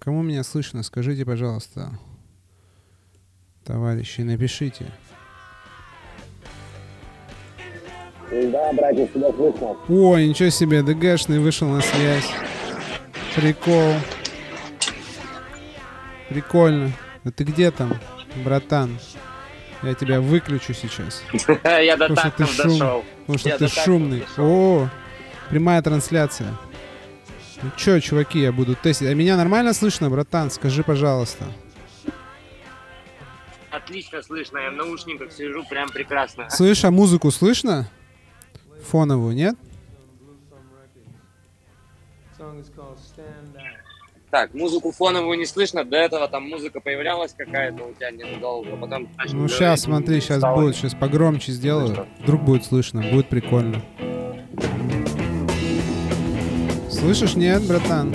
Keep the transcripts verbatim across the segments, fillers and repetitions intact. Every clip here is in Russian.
Кому меня слышно? Скажите, пожалуйста. Товарищи, напишите. Да, братья, сюда слышно. О, ничего себе, ДГшный вышел на связь. Прикол. Прикольно. А ты где там, братан? Я тебя выключу сейчас. Я до тактов дошел. Потому что ты шумный. О, прямая трансляция. Ну чё, чуваки, я буду тестить. А меня нормально слышно, братан? Скажи, пожалуйста. Отлично слышно, я в наушниках сижу, прям прекрасно. Слышь, а музыку слышно? Фоновую, нет? Так, музыку фоновую не слышно, до этого там музыка появлялась какая-то у тебя ненадолго, а потом... Ну сейчас, смотри, сейчас будет, сейчас погромче сделаю, вдруг будет слышно, будет прикольно. Слышишь, нет, братан?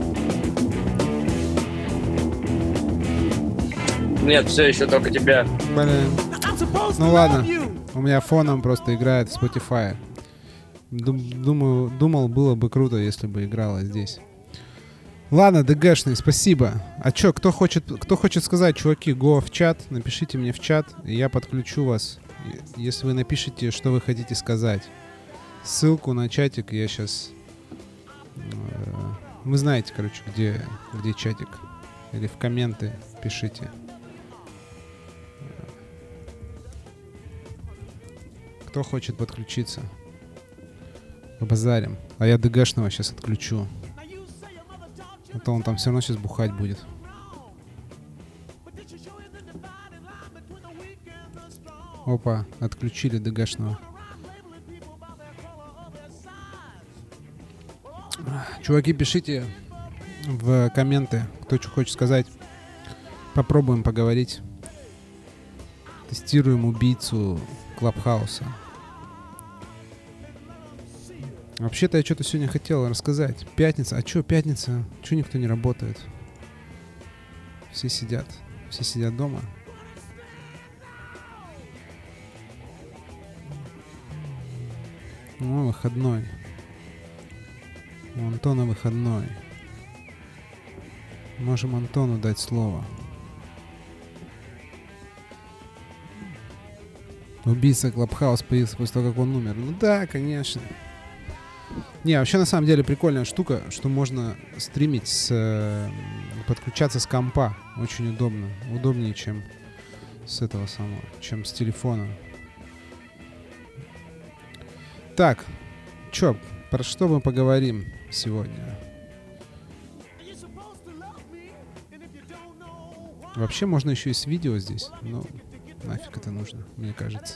Нет, все еще только тебя. Блин. Ну ладно, у меня фоном просто играет в Spotify. Думаю, думал, было бы круто, если бы играла здесь. Ладно, ДГшный, спасибо. А чё, кто хочет, кто хочет сказать, чуваки, го в чат, напишите мне в чат, и я подключу вас, если вы напишите, что вы хотите сказать. Ссылку на чатик я сейчас... Вы знаете, короче, где, где чатик. Или в комменты пишите. Кто хочет подключиться? Побазарим. А я ДГшного сейчас отключу. А то он там все равно сейчас бухать будет. Опа, отключили ДГшного. Чуваки, пишите в комменты, кто что хочет сказать. Попробуем поговорить. Тестируем убийцу Клабхауса. Вообще-то я что-то сегодня хотел рассказать. Пятница. А что пятница? Чего никто не работает? Все сидят. Все сидят дома. Ну, выходной. У Антона выходной. Можем Антону дать слово. Убийца Клабхаус появился после того, как он умер. Ну да, конечно. Не, вообще на самом деле прикольная штука, что можно стримить с... подключаться с компа. Очень удобно. Удобнее, чем с этого самого, чем с телефона. Так, чё, про что мы поговорим сегодня? Вообще можно еще и с видео здесь, но нафиг это нужно, мне кажется.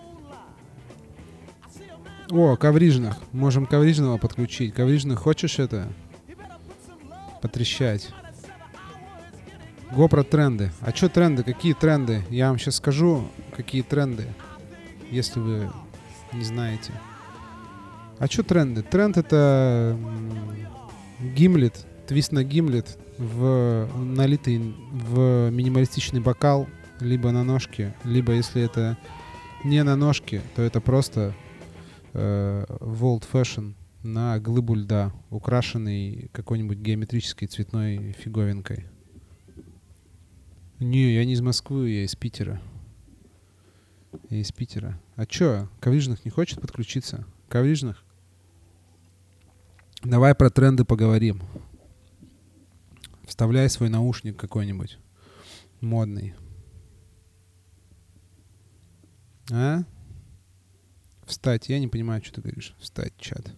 О, Коврижных. Можем Коврижного подключить. Коврижных, хочешь это? Потрещать. Го про тренды. А что тренды? Какие тренды? Я вам сейчас скажу, какие тренды, если вы не знаете. А что тренды? Тренд — это гимлет, твист на гимлет, в, налитый в минималистичный бокал, либо на ножке, либо если это не на ножке, то это просто э, в old fashion на глыбу льда, украшенный какой-нибудь геометрической цветной фиговинкой. Не, я не из Москвы, я из Питера. Я из Питера. А чё, Коврижных не хочет подключиться? Коврижных? Давай про тренды поговорим. Вставляй свой наушник какой-нибудь модный. А? Встать. Я не понимаю, что ты говоришь. Встать, чат.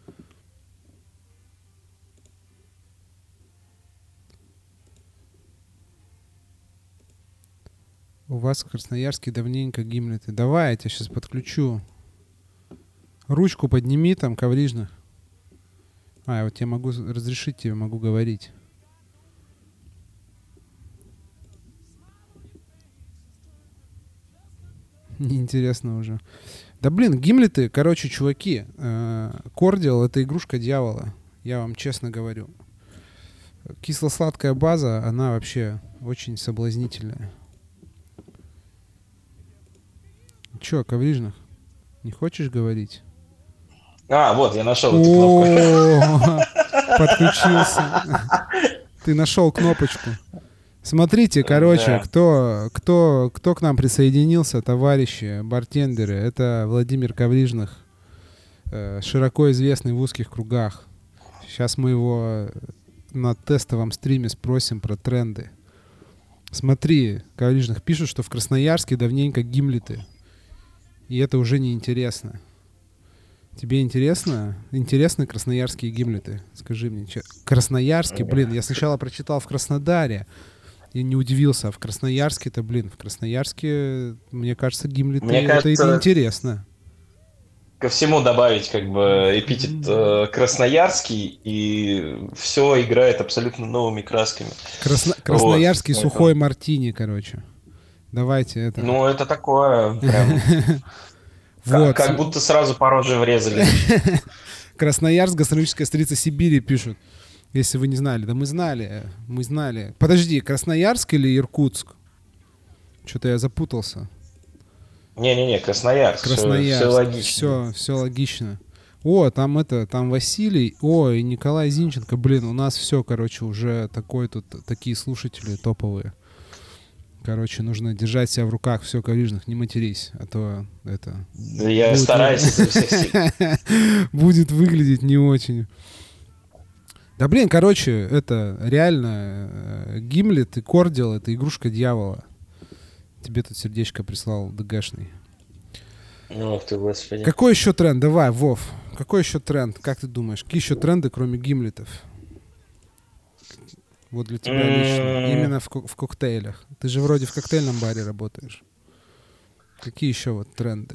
У вас в Красноярске давненько гимлеты. Давай, я тебя сейчас подключу. Ручку подними там, Коврижных. А, я вот тебе могу разрешить, тебе могу говорить. Неинтересно уже. Да блин, гимлеты, короче, чуваки. Кордиал — это игрушка дьявола. Я вам честно говорю. Кисло-сладкая база, она вообще очень соблазнительная. Чё, Коврижных, не хочешь говорить? А, вот, я нашел эту кнопку. Подключился. Ты нашел кнопочку. Смотрите, короче, Да. кто, кто, кто к нам присоединился, товарищи, бартендеры. Это Владимир Коврижных, э, широко известный в узких кругах. Сейчас мы его на тестовом стриме спросим про тренды. Смотри, Коврижных пишут, что в Красноярске давненько гимлеты. И это уже не интересно. Тебе интересно? Интересны красноярские гимлеты? Скажи мне. че- Красноярский, блин, я сначала прочитал в Краснодаре и не удивился. А в Красноярске-то, блин, в Красноярске, мне кажется, гимлеты Мне это кажется, интересно. ко всему добавить как бы эпитет э, красноярский, и все играет абсолютно новыми красками. Красно- Красноярский Вот, сухой мартини, короче. Давайте это. Ну, это такое, прям, как, Вот. как будто сразу по роже врезали. Красноярск, гастрономическая столица Сибири, пишут. Если вы не знали. Да мы знали. Мы знали. Подожди, Красноярск или Иркутск? Что-то я запутался. Не-не-не, Красноярск, Красноярск. все логично. Все, все логично. О, там это, там Василий. О, и Николай Зинченко. Блин, у нас все, короче, уже такой тут, такие слушатели топовые. Короче, нужно держать себя в руках. Все, Коврижных, не матерись, а то это... Да я будет стараюсь вы- изо всех сил. Будет выглядеть не очень. Да блин, короче, это реально э, Гимлет и Кордил — это игрушка дьявола. Тебе тут сердечко прислал ДГшный. Ох ты, господи. Какой еще тренд? Давай, Вов. Какой еще тренд? Как ты думаешь? Какие еще тренды, кроме гимлетов? Вот для тебя лично. М. Именно в, ко- в коктейлях. Ты же вроде в коктейльном баре работаешь. Какие еще вот тренды?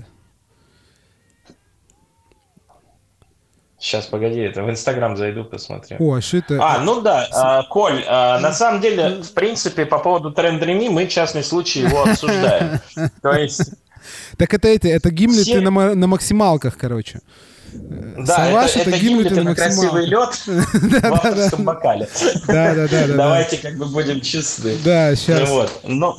Сейчас, погоди, это в Инстаграм зайду, посмотрю. О, а что это? А, ну да, а, Коль, а, на самом деле, в принципе, по поводу тренд-реми мы частный случай его обсуждаем. То есть, Так это эти, это гимлеты Все- на, ма- на максималках, короче. да, Саваш — это, это это гимлеты гимлеты на на красивый максималках. лед в авторском бокале. Да, да, да, да. Давайте как бы будем честны. Да, Ну сейчас. вот, ну,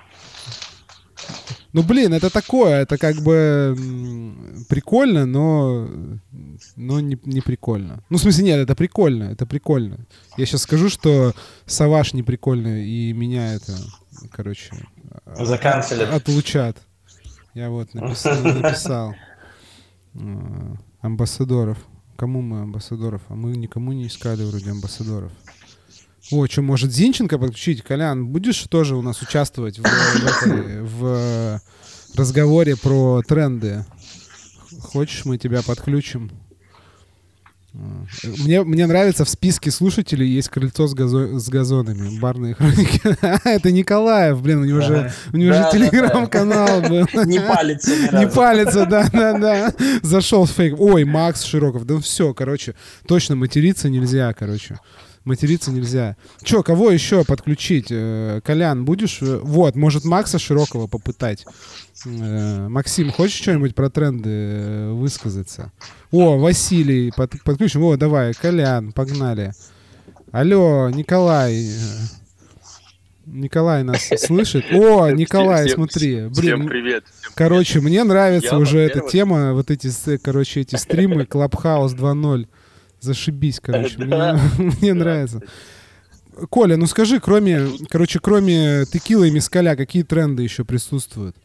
Ну, блин, это такое, это как бы м, прикольно, но, но не, не прикольно. Ну, в смысле, нет, это прикольно, это прикольно. Я сейчас скажу, что Саваш не прикольно, и меня это, короче, а- Заканцелят. отлучат. Я вот написал, написал э, амбассадоров. Кому мы амбассадоров? А мы никому не искали вроде амбассадоров. О, что, может, Зинченко подключить? Колян, будешь тоже у нас участвовать в, в этой- в разговоре про тренды? Хочешь, мы тебя подключим? А, Мне, мне нравится, в списке слушателей есть крыльцо с, газо- с газонами. Барные хроники. Это Николаев, блин, у него же, Ага. у него же Да, да, да. телеграм-канал был. не палится ни Не разу. палится, да-да-да. Зашел в фейк. Ой, Макс Широков. Да все, короче, точно материться нельзя, короче. Материться нельзя. Че, кого еще подключить? Э, Колян, будешь? э, Вот, может, Макса Широкого попытать. Э, Максим, хочешь что-нибудь про тренды э, высказаться? О, Василий, под- подключим. О, давай, Колян, погнали. Алло, Николай. э, Николай нас слышит? О, Николай, Всем- смотри. Всем Блин, привет. всем короче, мне нравится Я, уже во-первых- эта тема, вот эти, с- короче, эти стримы Клабхаус два ноль. Зашибись, короче, Да. мне, мне нравится. Коля, ну скажи, кроме, короче, кроме текилы и мескаля, какие тренды еще присутствуют?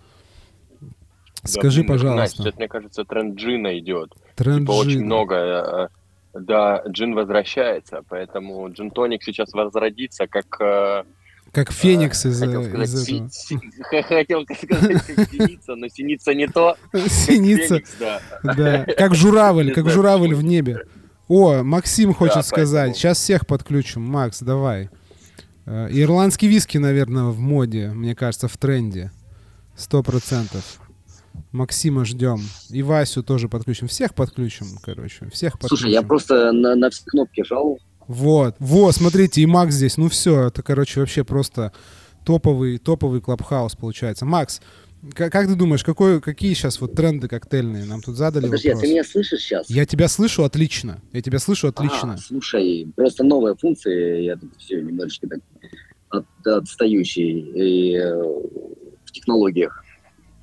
Да, Скажи, блин, пожалуйста. Настя, это, мне кажется, тренд джина идет. Тренд Типа очень джина. много. э, э, Да, джин возвращается, поэтому джин-тоник сейчас возродится, как... э, Как Феникс из, хотел э, сказать, из си- этого. си- х- хотел сказать, как синица, но синица не то. как Синица, Феникс, да. да. Как журавль, Не как знаю, журавль почему. в небе. О, Максим хочет Да, сказать. поэтому- Сейчас всех подключим. Макс, давай. Э, Ирландский виски, наверное, в моде, мне кажется, в тренде. Сто процентов. Максима ждем. И Васю тоже подключим. Всех подключим, короче. Всех подключим. Слушай, я просто на, на все кнопки жал. Вот, вот, смотрите, и Макс здесь. Ну все, это, короче, вообще просто топовый, топовый клабхаус получается. Макс, к- как ты думаешь, какой, какие сейчас вот тренды коктейльные? Нам тут задали Подожди, а вопрос. ты меня слышишь сейчас? Я тебя слышу отлично. Я тебя слышу отлично. А, слушай, просто новая функция, я тут все немножечко так от- отстающий и, э, в технологиях.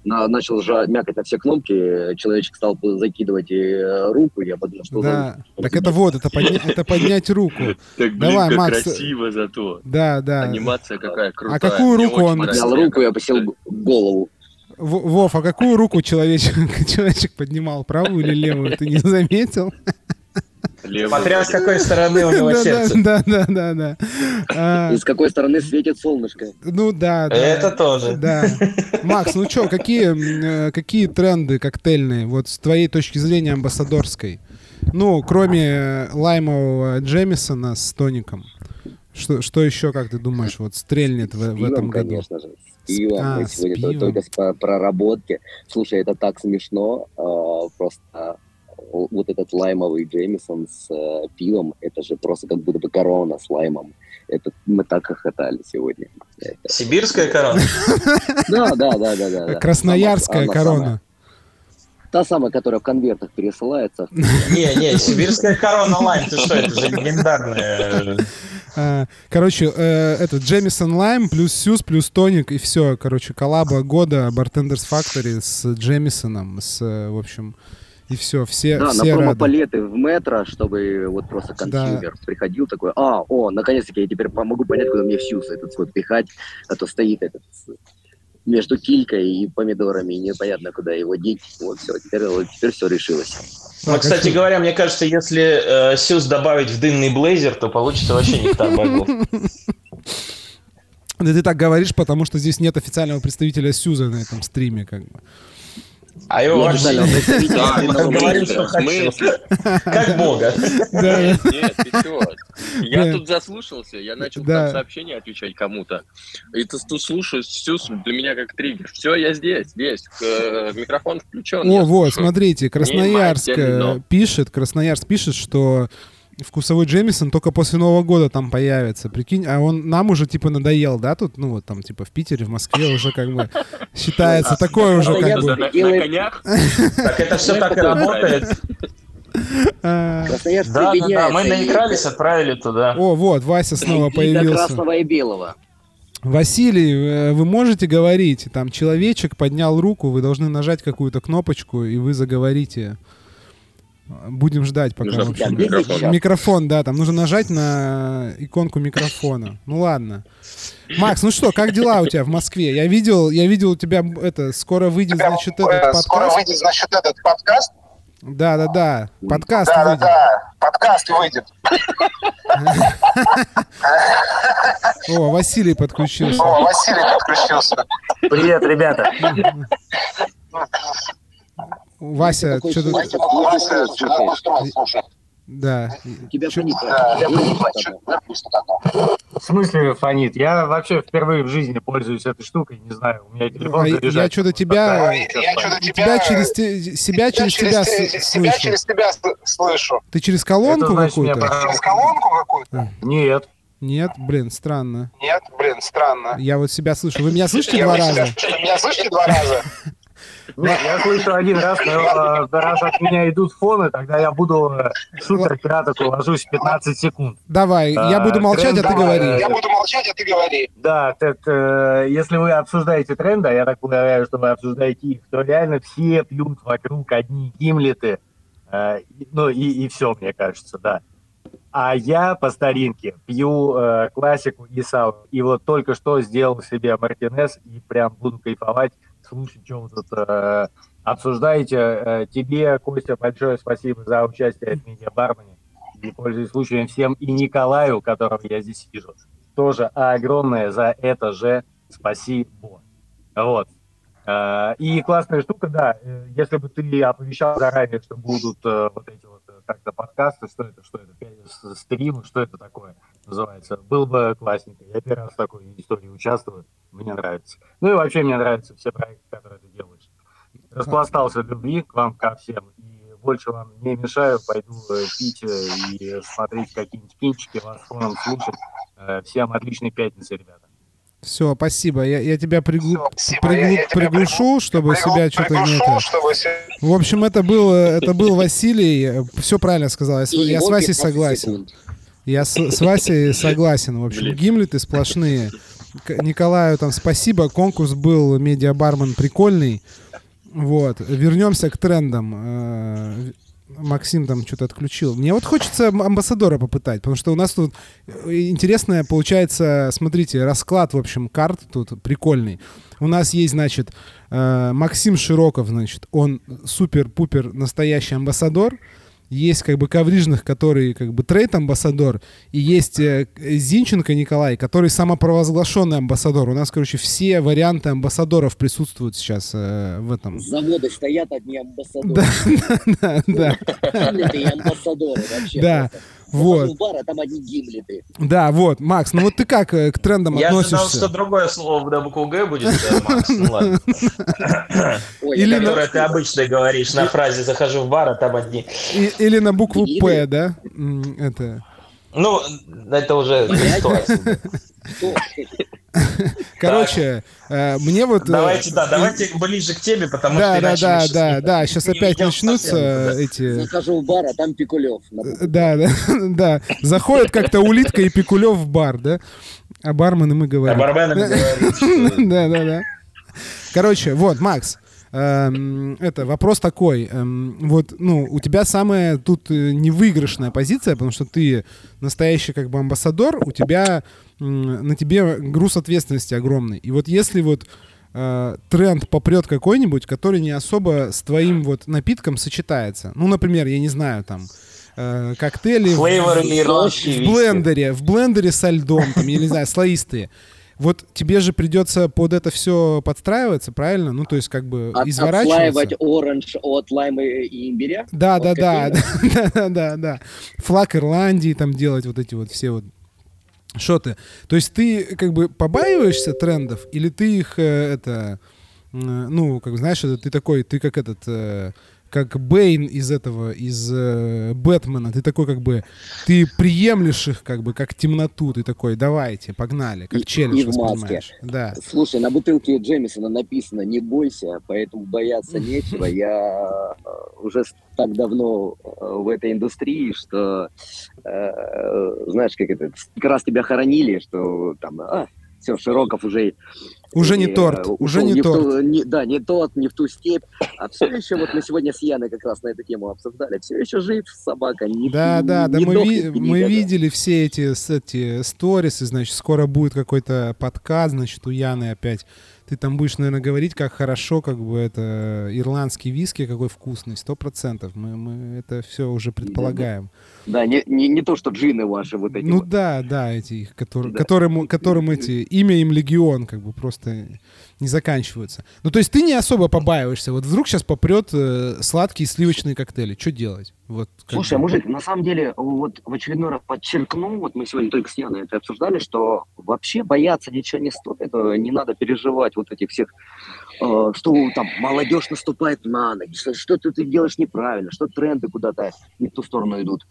на, начал жа- мякать на все кнопки, человечек стал закидывать э, руку, я подумал, что... Да, он, так это вот, это, подня- это поднять руку. Так, блин, Давай, как Макс. красиво зато. Да, да. Анимация какая крутая. А какую Мне руку очень он- нравится. Поднял руку, я посел голову. В- Вов, а какую руку человечек, человечек поднимал? Правую или левую? Ты не заметил? Левый. Смотря с какой стороны у него Да, сердце. да, да, да, да. А, И с какой стороны светит солнышко. Ну да, да. Это тоже. Да. Макс, ну что, какие, э, какие тренды коктейльные, вот с твоей точки зрения амбассадорской? Ну, кроме лаймового Джемисона с тоником. Что, что еще, как ты думаешь, вот стрельнет в, С в пивом, этом году? конечно же. С пивом. А, Мы с сегодня пивом. только с по- проработки. Слушай, это так смешно. а, Просто а, вот этот лаймовый Джеймисон с э, пивом, это же просто как будто бы корона с лаймом. Это мы так хохотали сегодня. Это- Сибирская корона. Да, да, да, да, да. да. Красноярская Она корона. самая. Та самая, которая в конвертах пересылается. Не, не, сибирская корона лайм, ты что, это же легендарная. А, Короче, э, этот Джемисон Лайм плюс Сьюз плюс тоник и все. Короче, коллаба года Bartenders Factory с Джемисоном, с, э, в общем, и все. Все, Да, на все рады. промо-палеты в метро, чтобы вот просто консюмер приходил такой, а, о, наконец-таки я теперь могу понять, куда мне фьюз этот свой пихать, а то стоит этот с- между килькой и помидорами, и непонятно, куда его деть. Вот все, теперь, теперь все решилось. Ну, Так, кстати какие- говоря, мне кажется, если э, Сьюз добавить в дынный блейзер, то получится вообще нектар богов. Да ты так говоришь, потому что здесь нет официального представителя Сьюза на этом стриме, как бы. А его Ну, вообще официального представителя Да, одного говорим, месяца. что в хочу. смысле? Как бога. Да. Нет, нет, ты чё? Я Да. тут заслушался, я начал Да. там сообщения отвечать кому-то. И ты тут слушаешь, все для меня как триггер. Все, я здесь, здесь. Э, Микрофон включен. О, я вот, слушаю. смотрите, Красноярск Внимательно. э, пишет, Красноярск пишет, что вкусовой Джемисон только после Нового года там появится. Прикинь, а он нам уже типа надоел, да, тут, ну вот там типа в Питере, в Москве уже как бы считается А, такое уже Красноярск как бы. На, на Делает- конях? Так это все так и работает. А, Красноярск Да, да, да, прибедняется мы и- наигрались, отправили туда. О, вот, Вася снова и до появился. красного и белого. Василий, э, вы можете говорить? Там человечек поднял руку, вы должны нажать какую-то кнопочку, и вы заговорите. Будем ждать, пока Нужно в общем, включить микрофон. микрофон, да, там нужно нажать на иконку микрофона. Ну ладно. Макс, ну что, как дела у тебя в Москве? Я видел, я видел у тебя это скоро выйдет, значит, этот Э, Скоро подкаст. выйдет, значит, этот подкаст. Да, да, да. Подкаст Да, да, выйдет. да. Подкаст выйдет. О, Василий подключился. О, Василий подключился. Привет, ребята. Вася, Такой что-то... Вася, Вася, что-то устроил, слушай. Да. У тебя Чё- фонит. Да, Я понял, да, что чё- да, просто такое. В смысле фонит? Я вообще впервые в жизни пользуюсь этой штукой, не знаю, у меня телефон А я- заряжается. я что-то тебя- Я я что-то Тебя тебя... через те- себя через тебя с- те- себя слышу. через тебя с- слышу. Ты через колонку Это значит, меня какую-то? пора- Через колонку какую-то? Нет. Нет, блин, странно. Нет, блин, странно. Я вот себя слышу. Вы меня слышите Я два вот себя- раза? Что, меня слышите два раза? Нет, я слышу один раз, но э, раз от меня идут фоны, тогда я буду э, супер краток, уложусь в пятнадцать секунд. Давай, я А, буду молчать, а ты тренд, говори. Я буду молчать, а ты говори. Да, так э, если вы обсуждаете тренды, а я так полагаю, что вы обсуждаете их, то реально все пьют вокруг одни гимлеты, э, и- ну и, и все, мне кажется, да. А я по старинке пью э, классику и сауру. И вот только что сделал себе Мартинес и прям буду кайфовать, слушать, что вы тут э, обсуждаете. Э, тебе, Костя, большое спасибо за участие в медиа-бармене. И пользуясь случаем всем. И Николаю, которого я здесь вижу, тоже огромное за это же спасибо. Вот. Э, И классная штука, да, э, если бы ты оповещал заранее, что будут э, вот эти вот э, как-то подкасты, что это, что это, пе- с- стримы, что это такое называется, было бы классненько. Я первый раз в такой истории участвую, мне нравится. Ну и вообще мне нравятся все проекты, которые ты делаешь. Распластался в любви к вам, ко всем, и больше вам не мешаю, пойду э, пить э, и смотреть какие-нибудь кинчики, вас фоном слушать. Э, Всем отличной пятницы, ребята. Все, спасибо. Я, я тебя приглу- Всё, спасибо. приглу- Я- я тебя приглушу, чтобы Пригл- себя что-то не приглушу, это. чтобы се- В общем, это был, это был Василий. Все правильно сказал. Я, с- И я с его Васей пятнадцать согласен. секунд. Я с, с Васей согласен. В общем, Блин. гимлеты сплошные. Николаю там спасибо. Конкурс был «Медиабармен» прикольный. Вот. Вернемся к трендам. Максим там что-то отключил. Мне вот хочется амбассадора попытать, потому что у нас тут интересная получается, смотрите, расклад, в общем, карт тут прикольный. У нас есть, значит, Максим Широков, значит, он супер-пупер настоящий амбассадор. Есть как бы Коврижных, который как бы трейд-амбассадор, и есть э, Зинченко Николай, который самопровозглашенный амбассадор. У нас, короче, все варианты амбассадоров присутствуют сейчас э, в этом. Заводы стоят, одни амбассадоры. Да, да, да. Гимлеты и амбассадоры вообще. Да, вот. В бар, а там одни гимлеты. Да, вот, Макс, ну вот ты как э, к трендам Я относишься? ожидал, что другое слово на букву «Г» будет, э, Макс, ну ладно. Или Которое ты обычно говоришь на фразе «захожу в бар, а там одни». И- Или на букву «П», да? М, Это... Ну, это уже ситуация. Короче, э, мне вот... э, Давайте, да, давайте ближе к теме, потому Да, что да, иначе да, мы да, щас да, сейчас не опять уйдем начнутся совсем туда. эти... Захожу в бар, а там Пикулев. Да, да, да. Заходит как-то Улитка и Пикулев в бар, да? А бармены мы А говорим. барменам говорит, что... Да, да, да. Короче, вот, Макс, эм, это вопрос такой. эм, вот, ну, у тебя самая тут э, невыигрышная позиция, потому что ты настоящий как бы амбассадор, у тебя м, на тебе груз ответственности огромный. И вот если вот э, тренд попрет какой-нибудь, который не особо с твоим вот напитком сочетается. Ну, например, я не знаю, там э, коктейли в- Флейвор в, или ирландский в виски. блендере, в блендере со льдом, там, я не знаю, слоистые. Вот тебе же придется под это все подстраиваться, правильно? Ну, то есть, как бы От, изворачиваться. отслаивать оранж от лайма и имбиря. Да, от да, да, кофеина. да, да, да, да. Флаг Ирландии там делать вот эти вот все вот. Что ты? То есть ты как бы побаиваешься трендов, или ты их, э, это, э, ну, как знаешь, это ты такой, ты как этот, э, как Бэйн из этого, из э, Бэтмена, ты такой как бы, ты приемлешь их как бы как темноту, ты такой, давайте, погнали, как И- челлендж и в маске. воспринимаешь. Да. Слушай, на бутылке Джемисона написано «Не бойся», поэтому бояться нечего. Я э, уже с- так давно э, в этой индустрии, что, э, знаешь, как это, как раз тебя хоронили, что там, а, все, Широков уже... Уже не э, торт, ушел уже не в торт. ту- не- да, не тот, не в ту степь. А все еще, вот мы сегодня с Яной как раз на эту тему обсуждали, все еще жив собака. Не, Да, да, да, не мы, дохнет ви- никогда. мы видели все эти, с- эти сторисы, значит, скоро будет какой-то подкаст, значит, у Яны опять. Ты там будешь, наверное, говорить, как хорошо, как бы это ирландский виски, какой вкусный, сто процентов. Мы, мы это все уже предполагаем. Да, не, не, не то, что джины ваши вот эти Ну вот. да, да, эти, их, которые, Да. которым, которым эти, имя им легион, как бы просто не заканчиваются. Ну, то есть ты не особо побаиваешься. Вот вдруг сейчас попрет э, сладкие сливочные коктейли. Что делать? Вот, как Слушай, бы. мужик, на самом деле, вот в очередной раз подчеркну, вот мы сегодня только с Яной это обсуждали, что вообще бояться ничего не стоит, э, не надо переживать вот этих всех, э, что там молодежь наступает на ноги, что что-то ты делаешь неправильно, что тренды куда-то не в ту сторону идут.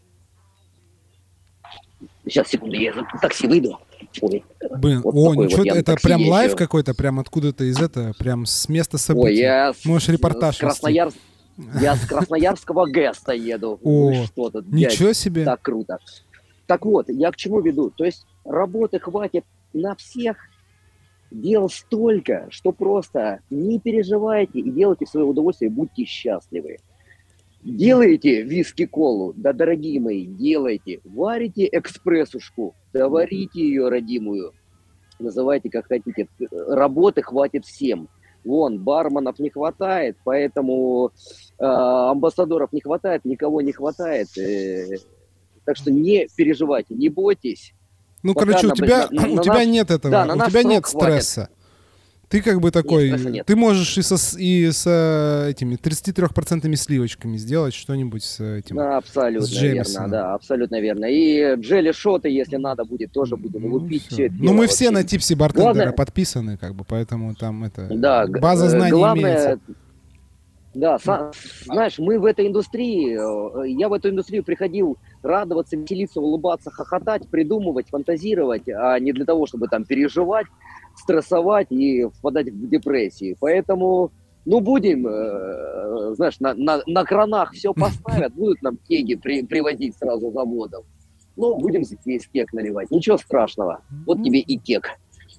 Сейчас, секунду, я за такси выйду. Ой, Блин, вот о, такой ничего, вот я на это такси прям езжу. лайв какой-то, прям откуда-то из этого, прям с места событий. Ой, я с, Можешь репортаж с Краснояр... я с Красноярского ГЭСта еду. О, Ну что тут, дядь, Ничего себе. так круто. Так вот, я к чему веду? То есть работы хватит на всех, дел столько, что просто не переживайте и делайте в свое удовольствие, будьте счастливы. Делаете виски-колу, да, дорогие мои, делайте. Варите экспрессушку, да варите ее родимую. Называйте как хотите. Работы хватит всем. Вон, барменов не хватает, поэтому э, амбассадоров не хватает, никого не хватает. Э, так что не переживайте, не бойтесь. Ну, пока короче, у на- тебя, на- на у тебя наш- нет этого, да, на у наш тебя срок нет хватит. стресса. Ты как бы такой, стресса нет. ты можешь и со, и с этими тридцать три процентными сливочками сделать что-нибудь с этим. Да, абсолютно с верно, Джеймисоном. да, абсолютно верно. И джелли-шоты, если надо будет, тоже будем Ну, лупить. всё. Все это Ну, дело мы вообще. все на Типси Бартендера Главное- подписаны, как бы, поэтому там это Да, г- база э, знаний главное, имеется. Да, са- знаешь, мы в этой индустрии, э, я в эту индустрию приходил радоваться, веселиться, улыбаться, хохотать, придумывать, фантазировать, а не для того, чтобы там переживать, стрессовать и впадать в депрессии. Поэтому, ну, будем, э, знаешь, на, на, на кранах все поставят, будут нам кеги при, привозить сразу заводов. Ну, будем здесь кек наливать. Ничего страшного. Вот тебе и кек.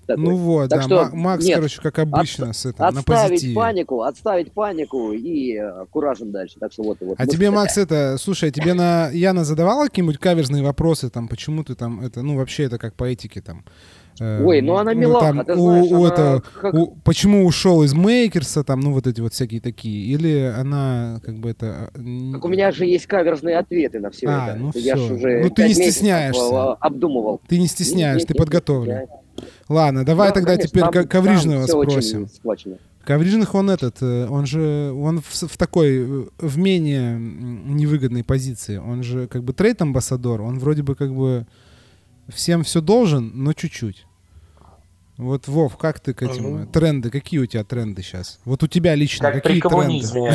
такой. Ну вот, Так да, что, Ма- Макс, нет, короче, как обычно, с этим, на Отставить позитиве. панику, отставить панику и э, куражем дальше. Так что вот, вот. А мысль тебе, такая. Макс, это, слушай, а тебе на Яна задавала какие-нибудь каверзные вопросы, там, почему ты там, это, ну, вообще это как по этике, там, э, Ой, ну она милаха, там, ты у- знаешь, у она этого, как- у- почему ушел из Мейкерса, там, ну, вот эти вот всякие такие, или она, как бы, это... н- Так у меня же есть каверзные ответы на все А, это. ну Я всё. ж уже Ну, ты не пять месяцев, стесняешься. э, обдумывал. Ты не стесняешь, Нет, ты нет, нет, подготовлен. я- Ладно, давай Да, тогда конечно, теперь там- Ка- Коврижного там всё спросим. очень схвачено. Коврижных он этот, э, он же, он в, с- в такой, э, в менее м, невыгодной позиции. Он же как бы трейд-амбассадор, он вроде бы как бы всем все должен, но чуть-чуть. Вот, Вов, как ты к этим Мгм. э, тренды, какие у тебя тренды сейчас? Вот у тебя лично, Как при какие тренды? коммунизме.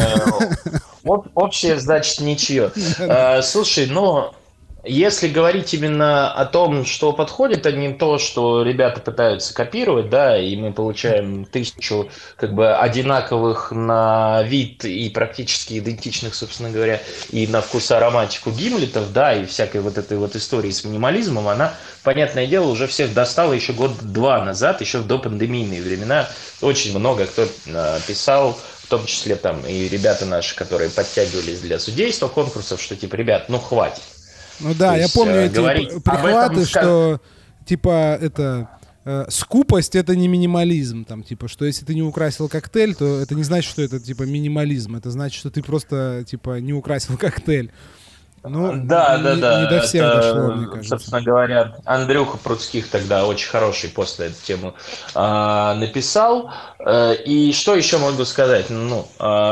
Об- Общее, значит, ничего. Э, Слушай, ну, если говорить именно о том, что подходит, а не то, что ребята пытаются копировать, да, и мы получаем тысячу как бы одинаковых на вид и практически идентичных, собственно говоря, и на вкус и ароматику гимлетов, да, и всякой вот этой вот истории с минимализмом, она, понятное дело, уже всех достала еще год-два назад, еще в допандемийные времена. Очень много кто э, писал, в том числе там и ребята наши, которые подтягивались для судейства конкурсов, что типа, ребят, ну хватит. Ну да, То я есть, помню э, эти говорить п- об прихваты, этом, что типа это э, скупость это не минимализм, там типа, что если ты не украсил коктейль, то это не значит, что это типа минимализм, это значит, что ты просто типа не украсил коктейль. Ну, Да, не, да, да. не до всех это, дошло, мне кажется. Собственно говоря, Андрюха Пруцких тогда очень хороший пост на эту тему а, написал. Э, И что еще могу сказать? Ну,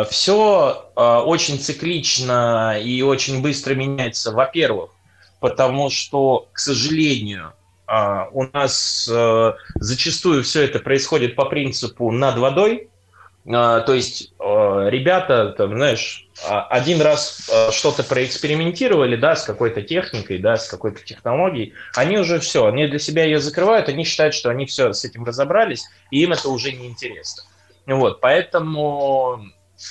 все очень циклично и очень быстро меняется, во-первых, потому что, к сожалению, а, у нас э, зачастую все это происходит по принципу над водой. А, То есть э, ребята, там, знаешь, а, один раз э, что-то проэкспериментировали, да, с какой-то техникой, да, с какой-то технологией, они уже все, они для себя ее закрывают, они считают, что они все с этим разобрались, и им это уже не интересно. Вот, поэтому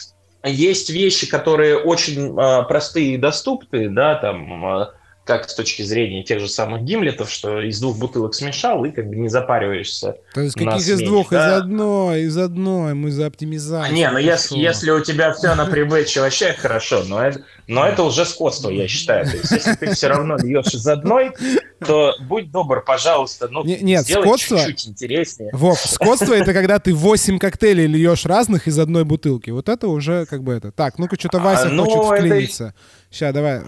есть вещи, которые очень э, простые и доступные, да, там, э, как с точки зрения тех же самых гимлетов, что из двух бутылок смешал и как бы не запариваешься. То есть на каких из смене, двух? да. Из одной, из одной, мы за оптимизацию. Не, ну ты если, шо? если у тебя все на прибытче, вообще хорошо, но это, но это уже скотство, я считаю. То есть, если ты все равно льешь из одной, то будь добр, пожалуйста, ну, Не- нет, сделай скотство- чуть-чуть интереснее. Вов, скотство это когда ты восемь коктейлей льешь разных из одной бутылки. Вот это уже как бы это. Так, ну-ка, что-то Вася А, ну, хочет это- вклиниться. Сейчас, давай.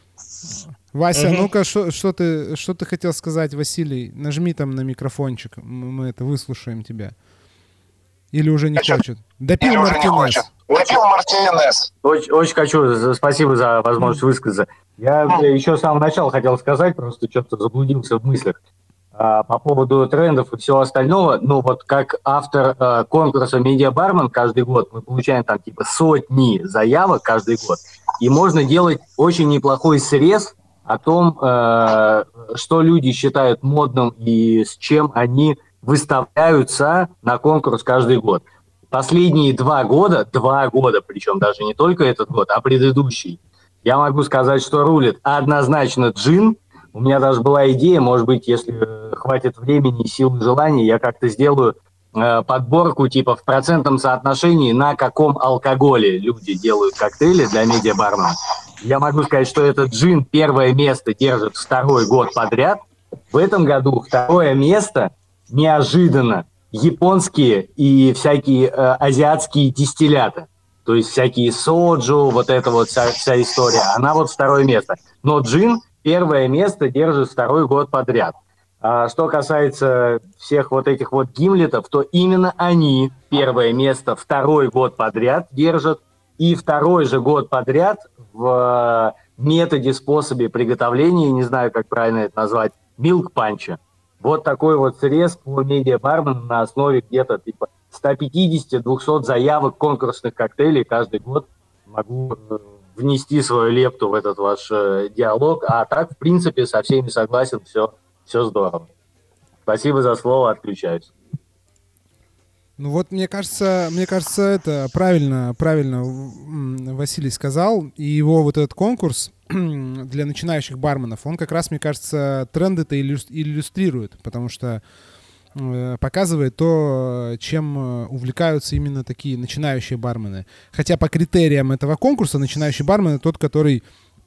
Вася, Мгм. ну-ка, что, что, ты, что ты хотел сказать, Василий? Нажми там на микрофончик, м- мы это выслушаем тебя. Или уже не А чё? хочет? Допил Или уже не Мартинес. хочет. Допил Мартинес. Очень, очень хочу, за- спасибо за возможность высказаться. Я э, еще с самого начала хотел сказать, просто что-то заблудился в мыслях а, по поводу трендов и всего остального. Ну вот как автор а, конкурса «Медиабармен» каждый год мы получаем там типа сотни заявок каждый год. И можно делать очень неплохой срез о том, э, что люди считают модным и с чем они выставляются на конкурс каждый год. Последние два года, два года, причем даже не только этот год, а предыдущий, я могу сказать, что рулит однозначно джин. У меня даже была идея, может быть, если хватит времени, сил и желания, я как-то сделаю э, подборку типа в процентном соотношении, на каком алкоголе люди делают коктейли для медиабармена. Я могу сказать, что этот джин первое место держит второй год подряд. В этом году второе место неожиданно японские и всякие э, азиатские дистилляты. То есть всякие соджу, вот эта вот вся, вся история. Она вот второе место. Но джин первое место держит второй год подряд. А что касается всех вот этих вот гимлетов, то именно они первое место второй год подряд держат. И второй же год подряд в методе, способе приготовления, не знаю, как правильно это назвать, милк-панча. Вот такой вот срез по медиабармену на основе где-то типа сто пятьдесят - двести заявок конкурсных коктейлей каждый год. Могу э, внести свою лепту в этот ваш э, диалог. А так, в принципе, со всеми согласен, все, все здорово. Спасибо за слово, отключаюсь. Ну вот, мне кажется, мне кажется, это правильно, правильно м, Василий сказал. И его вот этот конкурс для начинающих барменов, он как раз, мне кажется, тренды-то иллюс- иллюстрирует. Потому что э, показывает то, чем увлекаются именно такие начинающие бармены. Хотя по критериям этого конкурса начинающий бармен — тот, который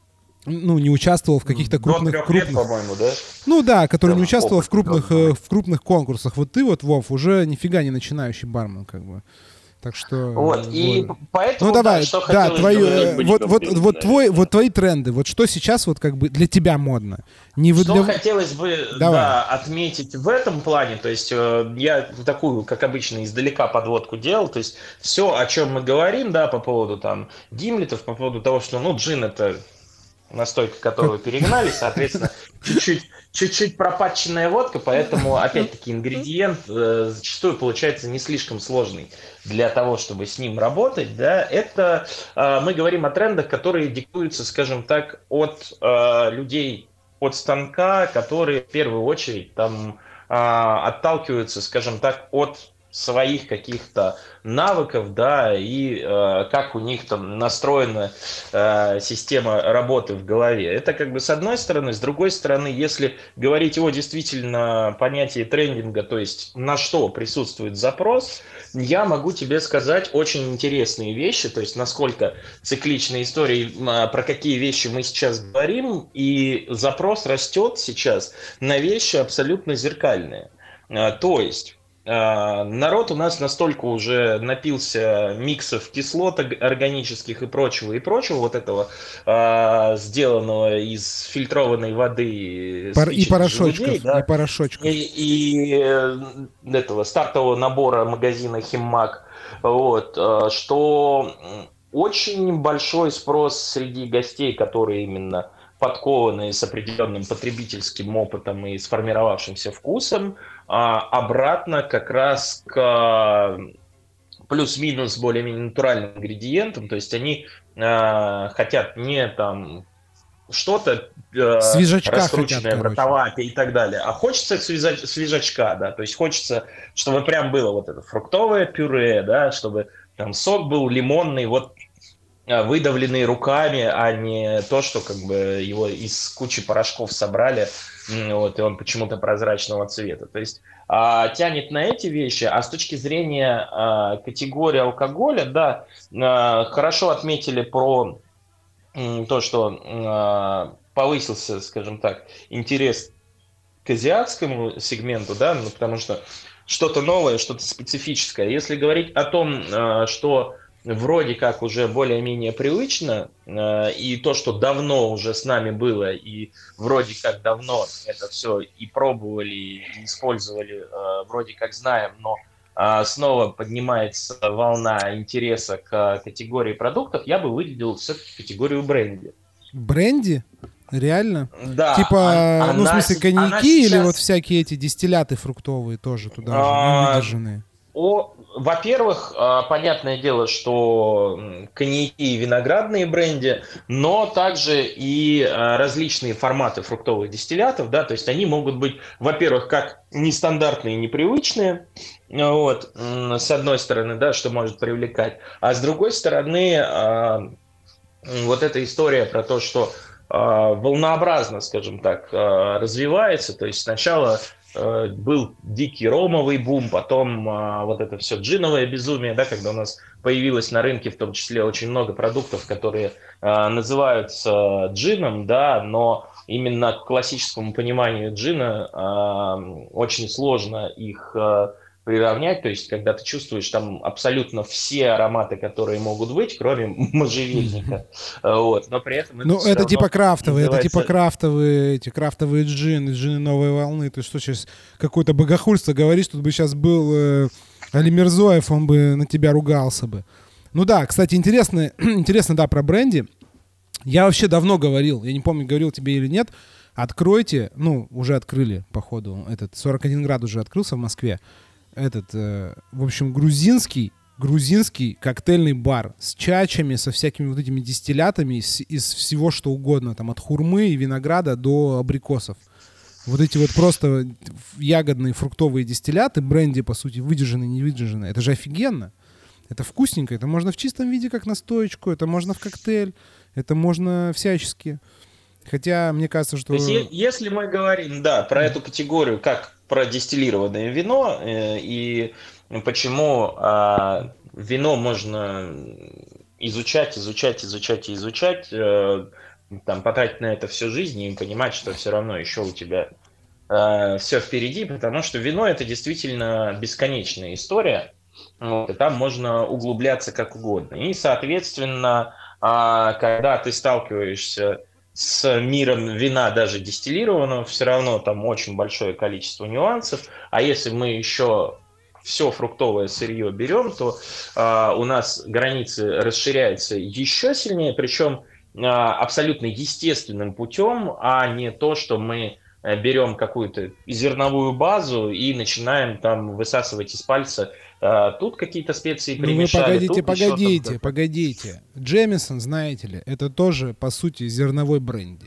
ну, не участвовал в каких-то крупных... До трех крупных... лет, по-моему, да? Ну да, который Там не участвовал в крупных, опыт, э, в крупных конкурсах. Вот ты вот, Вов, уже нифига не начинающий бармен, как бы. Так что... Вот, вот. и поэтому, ну, давай, да, что да, хотелось твои, бы... вот, вот, вот, твой, вот твои тренды, вот что сейчас вот как бы для тебя модно? Не Что для... хотелось бы да, отметить в этом плане, то есть э, я такую, как обычно, издалека подводку делал, то есть все, о чем мы говорим, да, по поводу там гимлетов, по поводу того, что, ну, джин — это настойка, которую перегнали, соответственно, чуть-чуть, чуть-чуть пропатченная водка, поэтому, опять-таки, ингредиент э, зачастую получается не слишком сложный для того, чтобы с ним работать, да, это э, мы говорим о трендах, которые диктуются, скажем так, от э, людей, от станка, которые в первую очередь там э, отталкиваются, скажем так, от своих каких-то навыков, да, и э, как у них там настроена э, система работы в голове. Это как бы с одной стороны. С другой стороны, если говорить о действительно понятии трендинга, то есть на что присутствует запрос, я могу тебе сказать очень интересные вещи, то есть насколько цикличные истории, про какие вещи мы сейчас говорим, и запрос растет сейчас на вещи абсолютно зеркальные. То есть народ у нас настолько уже напился миксов кислот органических и прочего, и прочего, вот этого а, сделанного из фильтрованной воды. Пар- и порошочков, желудей, да, и порошочков. И, и этого стартового набора магазина «Химмак», вот, что очень большой спрос среди гостей, которые именно подкованные с определенным потребительским опытом и сформировавшимся вкусом, обратно как раз к плюс-минус более-менее натуральным ингредиентам. То есть они э, хотят не там что-то э, раскрученное в ротовапе и так далее, а хочется свежа- свежачка, да, то есть хочется, чтобы прям было вот это фруктовое пюре, да, чтобы там сок был лимонный, вот выдавленный руками, а не то, что как бы его из кучи порошков собрали, вот, и он почему-то прозрачного цвета. То есть а, тянет на эти вещи, а с точки зрения а, категории алкоголя, да, а, хорошо отметили про м, то, что а, повысился, скажем так, интерес к азиатскому сегменту, да, ну, потому что что-то новое, что-то специфическое. Если говорить о том, а, что вроде как уже более-менее привычно, э, и то, что давно уже с нами было, и вроде как давно это все и пробовали, и использовали, э, вроде как знаем, но э, снова поднимается волна интереса к категории продуктов, я бы выделил все-таки категорию бренди. Бренди? Реально? Да. Типа, она, ну, в смысле, коньяки сейчас... или вот всякие эти дистилляты фруктовые тоже туда а... же выдержанные? О, во-первых, понятное дело, что коньяки и виноградные бренди, но также и различные форматы фруктовых дистиллятов, да, то есть они могут быть, во-первых, как нестандартные и непривычные, вот, с одной стороны, да, что может привлекать, а с другой стороны, вот эта история про то, что волнообразно, скажем так, развивается, то есть сначала был дикий ромовый бум, потом а, вот это все джиновое безумие, да, когда у нас появилось на рынке в том числе очень много продуктов, которые а, называются джином, да, но именно к классическому пониманию джина а, очень сложно их а, приравнять, то есть когда ты чувствуешь там абсолютно все ароматы, которые могут быть, кроме можжевельника, вот, но при этом... Ну, это типа крафтовые, это типа крафтовые, эти крафтовые джины, джины новой волны, ты что сейчас какое-то богохульство говоришь, тут бы сейчас был э, Али Мирзоев, он бы на тебя ругался бы. Ну да, кстати, интересно, интересно, да, про бренди. Я вообще давно говорил, я не помню, говорил тебе или нет, откройте, ну, уже открыли, походу, этот сорок один градус уже открылся в Москве, этот, э, в общем, грузинский, грузинский коктейльный бар с чачами, со всякими вот этими дистиллятами из, из всего что угодно, там от хурмы и винограда до абрикосов. Вот эти вот просто ягодные фруктовые дистилляты, бренди, по сути, выдержанные, не выдержанные. Это же офигенно. Это вкусненько. Это можно в чистом виде, как настоечку, это можно в коктейль, это можно всячески. Хотя, мне кажется, что... То есть, если мы говорим, да, про эту категорию как про дистиллированное вино э, и почему э, вино можно изучать, изучать, изучать и изучать, э, там, потратить на это всю жизнь и понимать, что все равно еще у тебя э, все впереди, потому что вино это действительно бесконечная история, вот, и там можно углубляться как угодно. И, соответственно, э, когда ты сталкиваешься с миром вина, даже дистиллированного, все равно там очень большое количество нюансов, а если мы еще все фруктовое сырье берем, то э, у нас границы расширяются еще сильнее, причем э, абсолютно естественным путем, а не то, что мы берем какую-то зерновую базу и начинаем там высасывать из пальца. Э, тут какие-то специи перемешали. Ну вы погодите, тут погодите, там... погодите. Джемисон, знаете ли, это тоже, по сути, зерновой бренди.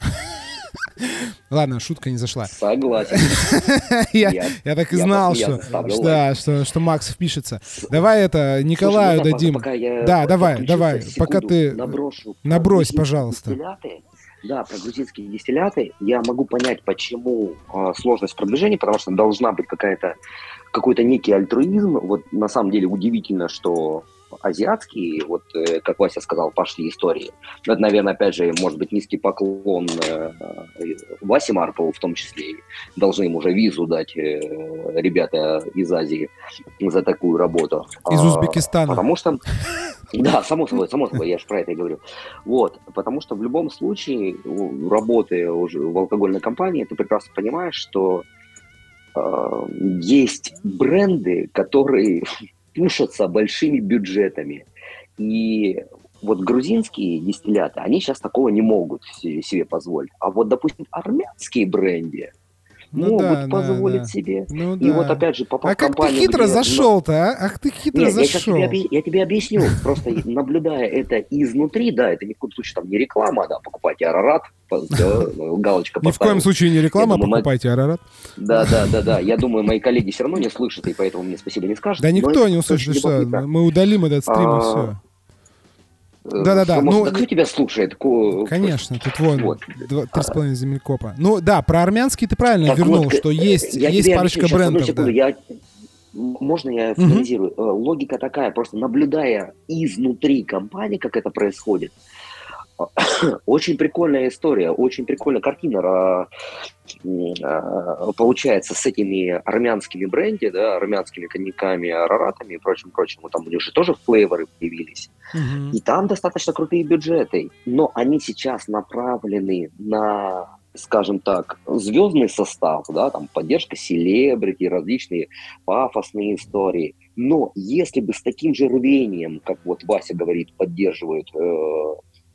Ладно, шутка не зашла. Согласен. я, я, я так и знал, что, да, что, что Макс впишется. Давай это Николаю Слушай, дадим. Пока я да, давай, давай, пока ты наброшу, набрось, пожалуйста. Дистилляты. Да, про грузинские дистилляты я могу понять, почему э, сложность продвижения, потому что должна быть какая-то какой-то некий альтруизм. Вот на самом деле удивительно, что азиатские, вот э, как Вася сказал, пошли истории. Это, наверное, опять же, может быть, низкий поклон э, Васе Маркову в том числе. Должны ему уже визу дать э, ребята из Азии за такую работу. Из Узбекистана. А, потому что... Да, само собой, само собой, я же про это и говорю. Вот, потому что в любом случае, работая уже в алкогольной компании, ты прекрасно понимаешь, что э, есть бренды, которые пушатся большими бюджетами. И вот грузинские дистилляты, они сейчас такого не могут себе позволить. А вот, допустим, армянские бренды ну, могут да, позволить да, себе. Ну, и да. вот опять же попав а в компанию... А как ты хитро где... зашел-то, а? Ах ты хитро Нет, зашел. Я, тебе, я тебе объясню. Просто наблюдая это изнутри, да, это ни в коем случае там не реклама, да, покупайте Арарат, галочка поставлена. Ни в коем случае не реклама, покупайте Арарат. Да, да, да, да. Я думаю, мои коллеги все равно не слышат, и поэтому мне спасибо не скажут. Да никто не услышит, что мы удалим этот стрим и все. Да-да-да. Ну, да кто тебя слушает? Конечно, тут вон вот. три с половиной землекопа. Ну да, про армянский ты правильно так вернул, вот, что есть, есть парочка объясню, брендов. Сейчас, да. я... Можно я финализирую? Угу. Логика такая, просто наблюдая изнутри компании, как это происходит, очень прикольная история, очень прикольная картина получается с этими армянскими бренди, да, армянскими коньяками, араратами и прочим, прочим. Там у них же тоже флейворы появились. Uh-huh. И там достаточно крутые бюджеты, но они сейчас направлены на, скажем так, звездный состав, да, там поддержка селебрити, различные пафосные истории. Но если бы с таким же рвением, как вот Вася говорит, поддерживают э,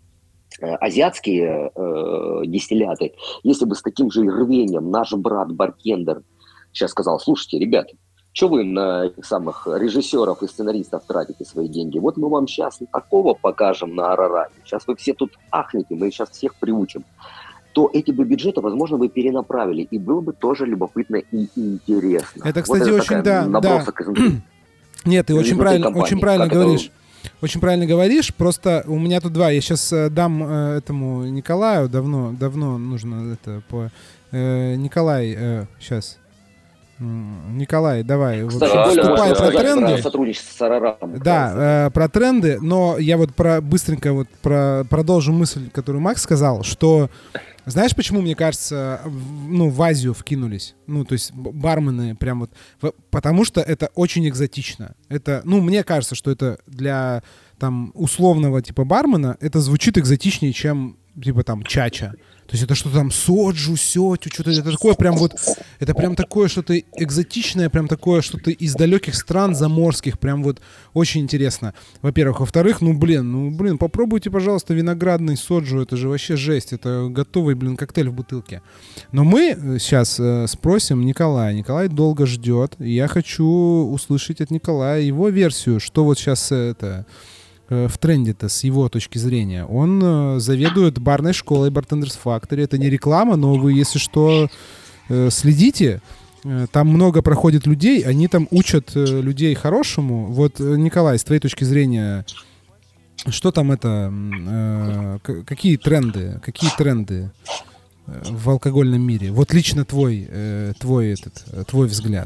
азиатские э, дистилляты, если бы с таким же рвением наш брат-баркендер сейчас сказал: слушайте, ребята, что вы на этих самых режиссеров и сценаристов тратите свои деньги? Вот мы вам сейчас такого покажем на Арарате, сейчас вы все тут ахнете, мы сейчас всех приучим. То эти бы бюджеты, возможно, бы перенаправили, и было бы тоже любопытно и интересно. Это, кстати, вот это очень, да, да. Из... Нет, ты очень правильно, очень правильно говоришь. Это... Очень правильно говоришь, просто у меня тут два. Я сейчас э, дам э, этому Николаю, давно, давно нужно это по... Э, Николай, э, сейчас. Николай, давай. Кстати, вступай про тренды. Сотрудничество с Арарам. Да, э, про тренды, но я вот про, быстренько вот про, продолжу мысль, которую Макс сказал, что знаешь, почему, мне кажется, в, ну, в Азию вкинулись? Ну, то есть бармены прям вот... В, потому что это очень экзотично. Это, ну, мне кажется, что это для там условного типа бармена это звучит экзотичнее, чем типа там чача. То есть это что-то там соджу, сетю, что-то это такое прям вот... Это прям такое что-то экзотичное, прям такое что-то из далеких стран заморских. Прям вот очень интересно. Во-первых. Во-вторых, ну, блин, ну, блин, попробуйте, пожалуйста, виноградный соджу. Это же вообще жесть. Это готовый, блин, коктейль в бутылке. Но мы сейчас э, спросим Николая. Николай долго ждет. И я хочу услышать от Николая его версию, что вот сейчас это... в тренде-то с его точки зрения. Он э, заведует барной школой Bartenders Factory. Это не реклама, но вы, если что, э, следите. Э, там много проходит людей, они там учат э, людей хорошему. Вот, э, Николай, с твоей точки зрения, что там это... Э, к- какие тренды? Какие тренды в алкогольном мире? Вот лично твой, э, твой, этот, твой взгляд.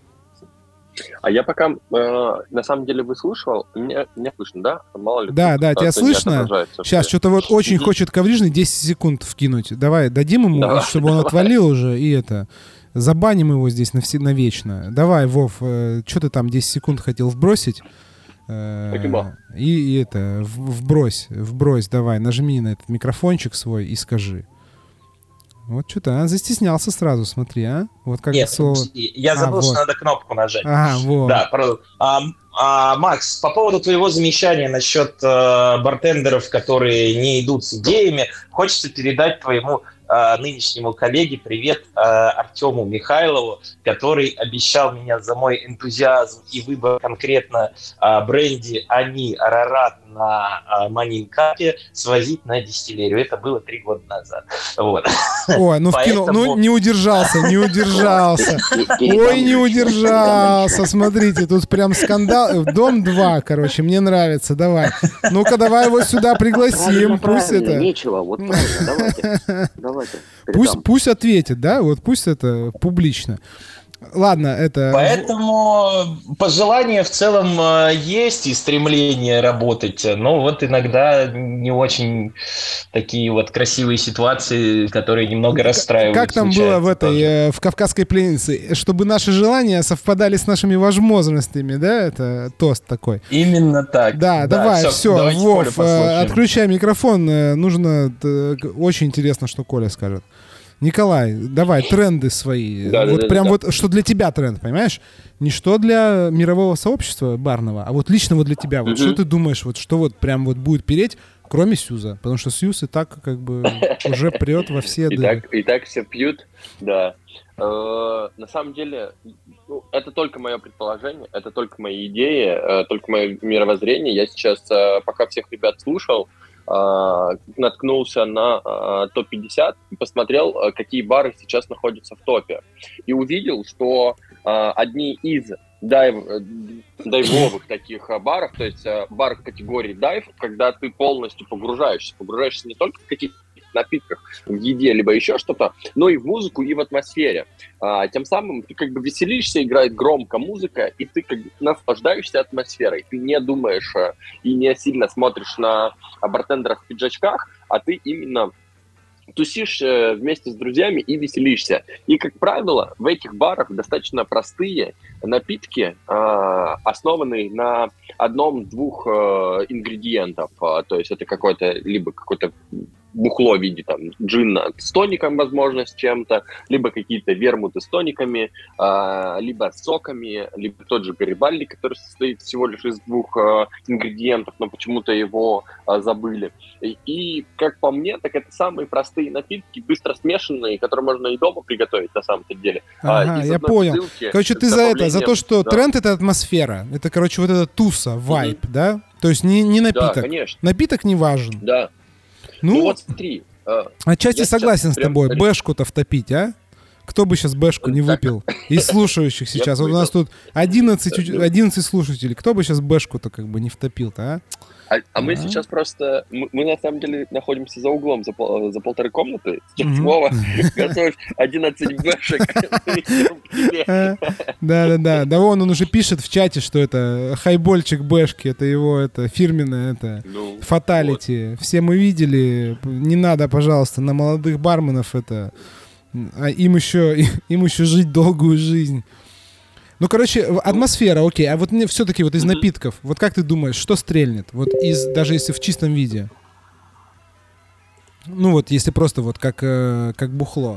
А я пока, э, на самом деле, выслушивал, меня, меня слышно, да? Мало ли. Да, да, тебя слышно. Сейчас что-то вот очень хочет Коврижный десять секунд вкинуть. Давай, дадим ему, давай, чтобы он давай. отвалил уже, и это, забаним его здесь навсе- навечно. Давай, Вов, э, что ты там десять секунд хотел вбросить? Э, и, и это, в, вбрось, вбрось, давай, нажми на этот микрофончик свой и скажи. Вот что-то, а, застеснялся сразу, смотри, а? Вот как Нет, слово... я забыл, а, вот. что надо кнопку нажать. Ага, вот. Да, про... а, а, Макс, по поводу твоего замечания насчет а, бартендеров, которые не идут с идеями, хочется передать твоему а, нынешнему коллеге привет а, Артему Михайлову, который обещал меня за мой энтузиазм и выбор конкретно а, бренди Ани Арарат на а, Манинкапе свозить на дистиллерию. Это было три года назад. Вот. Ой, ну вкинул, ну не удержался, не удержался. Ой, не удержался. Смотрите, тут прям скандал. Дом два, короче, мне нравится. Давай. Ну-ка, давай его сюда пригласим. Пусть это... Нечего, вот правильно, давайте. Давайте. Пусть, пусть ответит, да? Вот пусть это публично. Ладно, это... Поэтому пожелания в целом есть и стремление работать, но вот иногда не очень такие вот красивые ситуации, которые немного расстраивают. Как там было в этой, тоже. в «Кавказской пленнице»? Чтобы наши желания совпадали с нашими возможностями, да? Это тост такой. Именно так. Да, да, давай, все, все Вов, отключай микрофон. Нужно... Очень интересно, что Коля скажет. Николай, давай, тренды свои. Да, вот да, прям да, вот, да. что для тебя тренд, понимаешь? Не что для мирового сообщества барного, а вот лично вот для тебя. Вот что ты думаешь, вот что вот прям вот будет переть, кроме Сьюза? Потому что Сьюз и так как бы уже прет во все дыры. И так все пьют, да. На самом деле, ну, это только мое предположение, это только мои идеи, только мое мировоззрение. Я сейчас, пока всех ребят слушал, Uh, наткнулся на uh, топ пятьдесят и посмотрел, uh, какие бары сейчас находятся в топе. И увидел, что uh, одни из дайв, дайвовых таких uh, баров, то есть uh, бар категории дайв, когда ты полностью погружаешься, погружаешься не только в какие-то напитках, в еде, либо еще что-то, но и в музыку, и в атмосфере. А, тем самым ты как бы веселишься, играет громко музыка, и ты как бы наслаждаешься атмосферой. Ты не думаешь а, и не сильно смотришь на а, бартендеров в пиджачках, а ты именно тусишь а, вместе с друзьями и веселишься. И, как правило, в этих барах достаточно простые напитки, а, основанные на одном-двух а, ингредиентов. А, то есть это какой-то, либо какой-то бухло в виде там джина с тоником, возможно, с чем-то, либо какие-то вермуты с тониками, э, либо с соками, либо тот же Гарибальди, который состоит всего лишь из двух э, ингредиентов, но почему-то его э, забыли. И, и, как по мне, так это самые простые напитки, быстро смешанные, которые можно и дома приготовить на самом-то деле. Ага, а, я понял. Короче, ты за это, за то, что да. тренд — это атмосфера. Это, короче, вот эта туса, вайб, mm-hmm. да? То есть не, не напиток. Да, конечно. Напиток не важен. Да. Ну, ну вот смотри. Э, отчасти согласен с тобой. Прям... Бэшку-то втопить, а? Кто бы сейчас бэшку не выпил из слушающих сейчас? Вот у нас тут одиннадцать, одиннадцать слушателей. Кто бы сейчас бэшку-то как бы не втопил-то, а? А, а мы сейчас просто... Мы, мы на самом деле находимся за углом, за, пол, за полторы комнаты. Сейчас Вова готовит одиннадцать бэшек. Да-да-да. Да вон он уже пишет в чате, что это хайбольчик бэшки. Это его это фирменное это фаталити. Все мы видели. Не надо, пожалуйста, на молодых барменов это... А им еще, им еще жить долгую жизнь. Ну, короче, атмосфера, окей. А вот мне все-таки вот из напитков, вот как ты думаешь, что стрельнет? Вот из, даже если в чистом виде. Ну, вот если просто вот как, э, как бухло.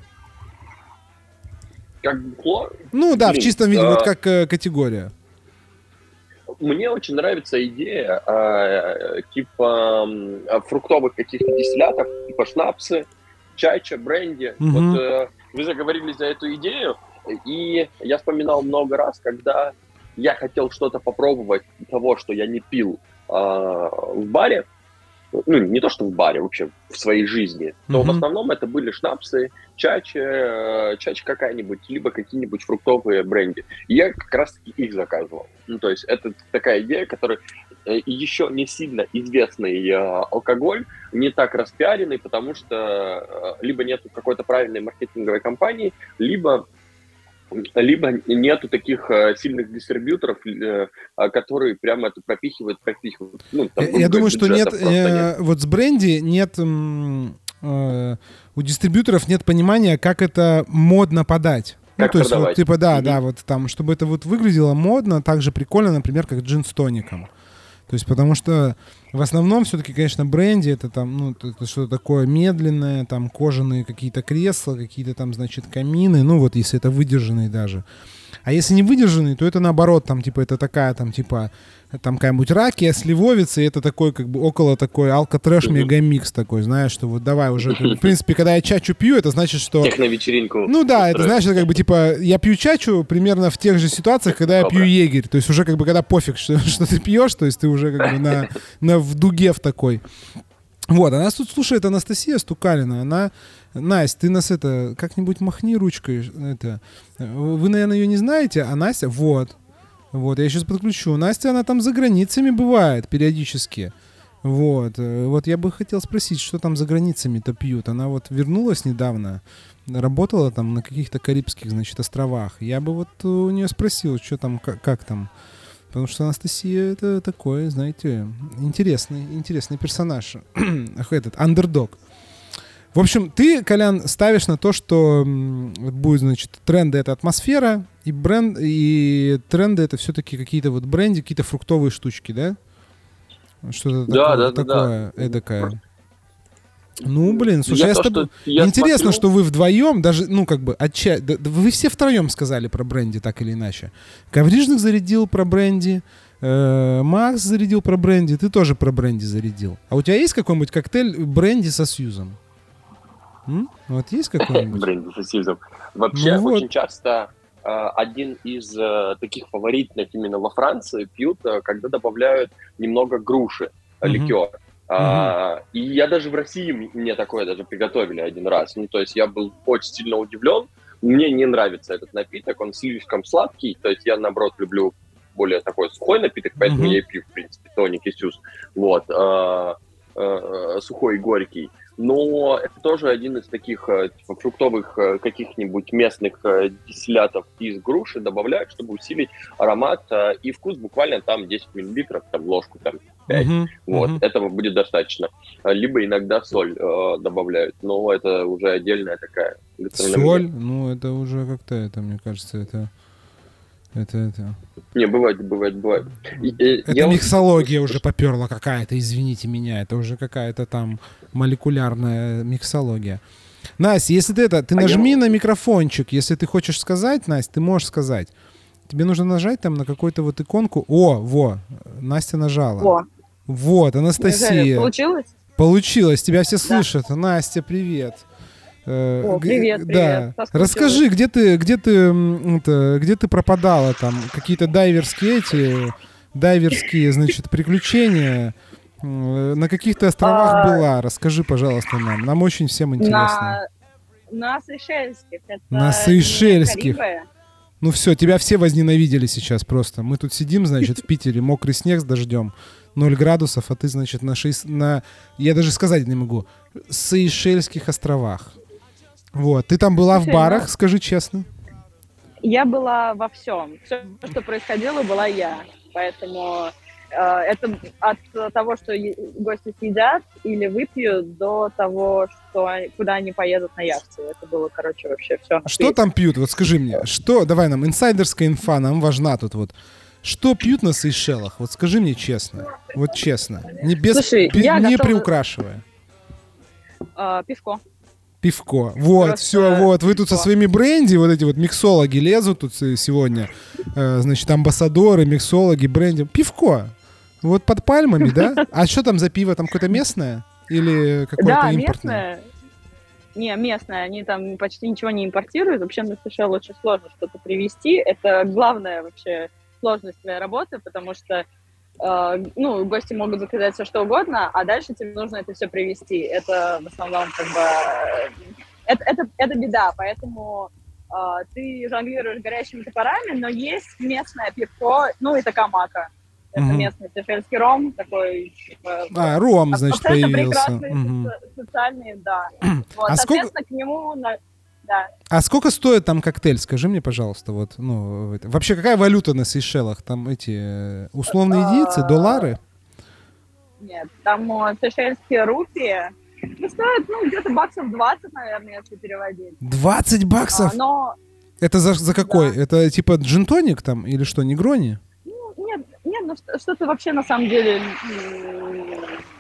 Как бухло? Ну, да, Блин, в чистом виде, а... вот как э, категория. Мне очень нравится идея э, типа э, фруктовых каких-то дистиллятов, типа шнапсы, чача, бренди. Mm-hmm. Вот э, вы заговорили за эту идею, и я вспоминал много раз, когда я хотел что-то попробовать того, что я не пил э, в баре, ну, не то, что в баре, вообще в своей жизни, то mm-hmm. в основном это были шнапсы, чача, э, чача какая-нибудь, либо какие-нибудь фруктовые бренди. И я как раз-таки их заказывал. Ну, то есть это такая идея, которая... еще не сильно известный алкоголь, не так распиаренный, потому что либо нету какой-то правильной маркетинговой кампании, либо либо нету таких сильных дистрибьюторов, которые прямо это пропихивают, пропихивают. Ну, там, я думаю, что нет, э, вот с бренди нет, э, у дистрибьюторов нет понимания, как это модно подать. Как ну, то продавать. есть, вот, типа, да, mm-hmm. да, вот там, чтобы это вот выглядело модно, так же прикольно, например, как джин с тоником. То есть, потому что в основном все-таки, конечно, бренди это там, ну, это что-то такое медленное, там кожаные какие-то кресла, какие-то там, значит, камины, ну, вот если это выдержанные даже. А если не выдержанные, то это наоборот, там, типа, это такая, там, типа, там какая-нибудь ракия, сливовица, и это такой, как бы, около такой алкотрэш-мегамикс такой, знаешь, что вот давай уже, как бы, в принципе, когда я чачу пью, это значит, что... Техновечеринку. Ну да, это значит, как бы, типа, я пью чачу примерно в тех же ситуациях, когда я пью егерь, то есть уже, как бы, когда пофиг, что, что ты пьешь, то есть ты уже, как бы, на, на в дуге в такой. Вот, а нас тут слушает Анастасия Стукалина, она... Настя, ты нас это, как-нибудь махни ручкой, это, вы, наверное, ее не знаете, а Настя, вот, вот, я сейчас подключу. Настя, она там за границами бывает периодически, вот, вот я бы хотел спросить, что там за границами-то пьют. Она вот вернулась недавно, работала там на каких-то Карибских, значит, островах. Я бы вот у нее спросил, что там, как, как там, потому что Анастасия это такой, знаете, интересный, интересный персонаж, этот, андердог. В общем, ты, Колян, ставишь на то, что будет, значит, тренды — это атмосфера, и бренд, и тренды — это все-таки какие-то вот бренди, какие-то фруктовые штучки, да? Что-то да, такое, да, такое да. эдакое. Ну, блин, слушай, я я то, с тобой... я Интересно, смотрю... что вы вдвоем, даже, ну, как бы, отча... да, вы все втроем сказали про бренди, так или иначе. Коврижник зарядил про бренди, э, Макс зарядил про бренди, ты тоже про бренди зарядил. А у тебя есть какой-нибудь коктейль бренди со Сьюзом? М? Вот есть какой-нибудь? Бренди со Сьюзом. Вообще, ну, вот. очень часто э, один из э, таких фаворитных именно во Франции пьют, э, когда добавляют немного груши, э, Mm-hmm. ликер. А, Mm-hmm. и я даже в России, мне такое даже приготовили один раз. Ну, то есть я был очень сильно удивлен. Мне не нравится этот напиток, он слишком сладкий. То есть я, наоборот, люблю более такой сухой напиток, поэтому mm-hmm. я и пью, в принципе, тоник и сьюз. Вот. А, а, сухой и горький. Но это тоже один из таких типа, фруктовых каких-нибудь местных дистиллятов из груши добавляют, чтобы усилить аромат и вкус. Буквально там десять миллилитров, там ложку, там пять. Uh-huh. Вот, uh-huh. этого будет достаточно. Либо иногда соль э, добавляют, но это уже отдельная такая гастрономия. Соль? Ну, это уже как-то, это, мне кажется, это... Это, это... Не, бывает, бывает, бывает. И, и, это я миксология вот... уже поперла какая-то, извините меня. Это уже какая-то там молекулярная миксология. Настя, если ты это... Ты а нажми я... на микрофончик. Если ты хочешь сказать, Настя, ты можешь сказать. Тебе нужно нажать там на какую-то вот иконку. О, во, Настя нажала. О. Вот, Анастасия. Неужели? Получилось? Получилось. Тебя все слышат. Да. Настя, привет. О, привет, привет. Да. Расскажи, где ты, где ты, это, где ты пропадала там? Какие-то дайверские эти, дайверские, значит, приключения? На каких-то островах а... была? Расскажи, пожалуйста, нам. Нам очень всем интересно. На, на Сейшельских. Это на Сейшельских. Ну все, тебя все возненавидели сейчас просто. Мы тут сидим, значит, в Питере, мокрый снег с дождем, ноль градусов, а ты, значит, на шесть, на, я даже сказать не могу, Сейшельских островах. Вот, ты там была Слушай, в барах, ну, скажи честно? Я была во всем. Все, что происходило, была я. Поэтому э, это от того, что гости съедят или выпьют, до того, что они, куда они поедут на яхте. Это было, короче, вообще все. Что там пьют? Вот скажи мне. Что? Давай нам, инсайдерская инфа, нам важна тут вот. Что пьют на Сейшелах? Вот скажи мне честно. Вот честно. Не, без, Слушай, без, я не готова... приукрашивая. А, пивко. Пивко. Вот, Просто все, вот. Вы тут пивко. Со своими бренди, вот эти вот миксологи лезут тут сегодня. Э, значит, амбассадоры, миксологи, бренди. Пивко. Вот под пальмами, да? А что там за пиво? Там какое-то местное? Или какое-то да, импортное? Местное. Не, местное. Они там почти ничего не импортируют. Вообще на Сейшел очень сложно что-то привезти. Это главная вообще сложность твоей работы, потому что Uh, ну, гости могут заказать все, что угодно, а дальше тебе нужно это все привезти. Это в основном как бы... Это, это, это беда, поэтому uh, ты жонглируешь горящими топорами, но есть местное пивко, ну и такамака. Это Мгм. местный сейшельский ром, такой... типа, А, ром, значит, абсолютно появился. прекрасный, Мгм. соци- социальный, да. Вот, А сколько- соответственно, к нему... на- Да. А сколько стоит там коктейль? Скажи мне, пожалуйста, вот, ну, это- вообще какая валюта на Сейшелах? Там эти э, условные единицы, А, доллары? Нет, там э, сейшельские рупии. Ну, стоят, ну, где-то баксов двадцать, наверное, если переводить. двадцать баксов? А, но, Это за, за какой? Да. Это типа джин-тоник там или что, негрони? ну, нет, нет, ну, что- что-то вообще, на самом деле, м,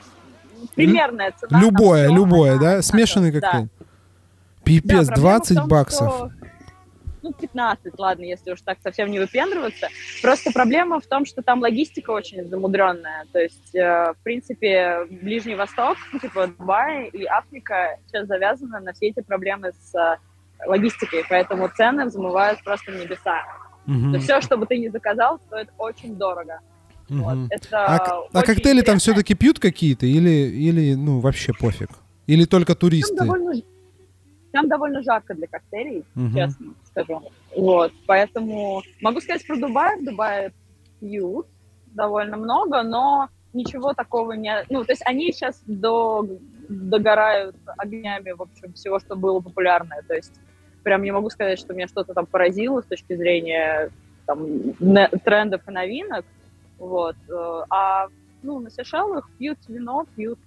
примерная цена. на Любое, всё, любое, она- да? она- Смешанный да. коктейль. Да, Пипец, проблема в двадцать том, баксов. что- Ну, пятнадцать, ладно, если уж так совсем не выпендриваться. Просто проблема в том, что там логистика очень замудренная. То есть, э, в принципе, Ближний Восток, ну, типа Дубай и Африка сейчас завязаны на все эти проблемы с э, логистикой, поэтому цены взмывают просто в небеса. Мгм, То есть все, что бы ты ни заказал, стоит очень дорого. Вот. мгм. Это А, к- а очень коктейли там интересно. все-таки пьют какие-то или, или, ну, вообще пофиг? Или только Там туристы? довольно, ж- там довольно жарко для коктейлей, Мгм. честно скажу. Вот, поэтому могу сказать про Дубай. В Дубае пьют довольно много, но ничего такого не... Ну, то есть они сейчас до... догорают огнями, в общем, всего, что было популярное. То есть прям не могу сказать, что меня что-то там поразило с точки зрения там, не- трендов и новинок. Вот. э, А ну, на Сейшелах пьют вино, пьют.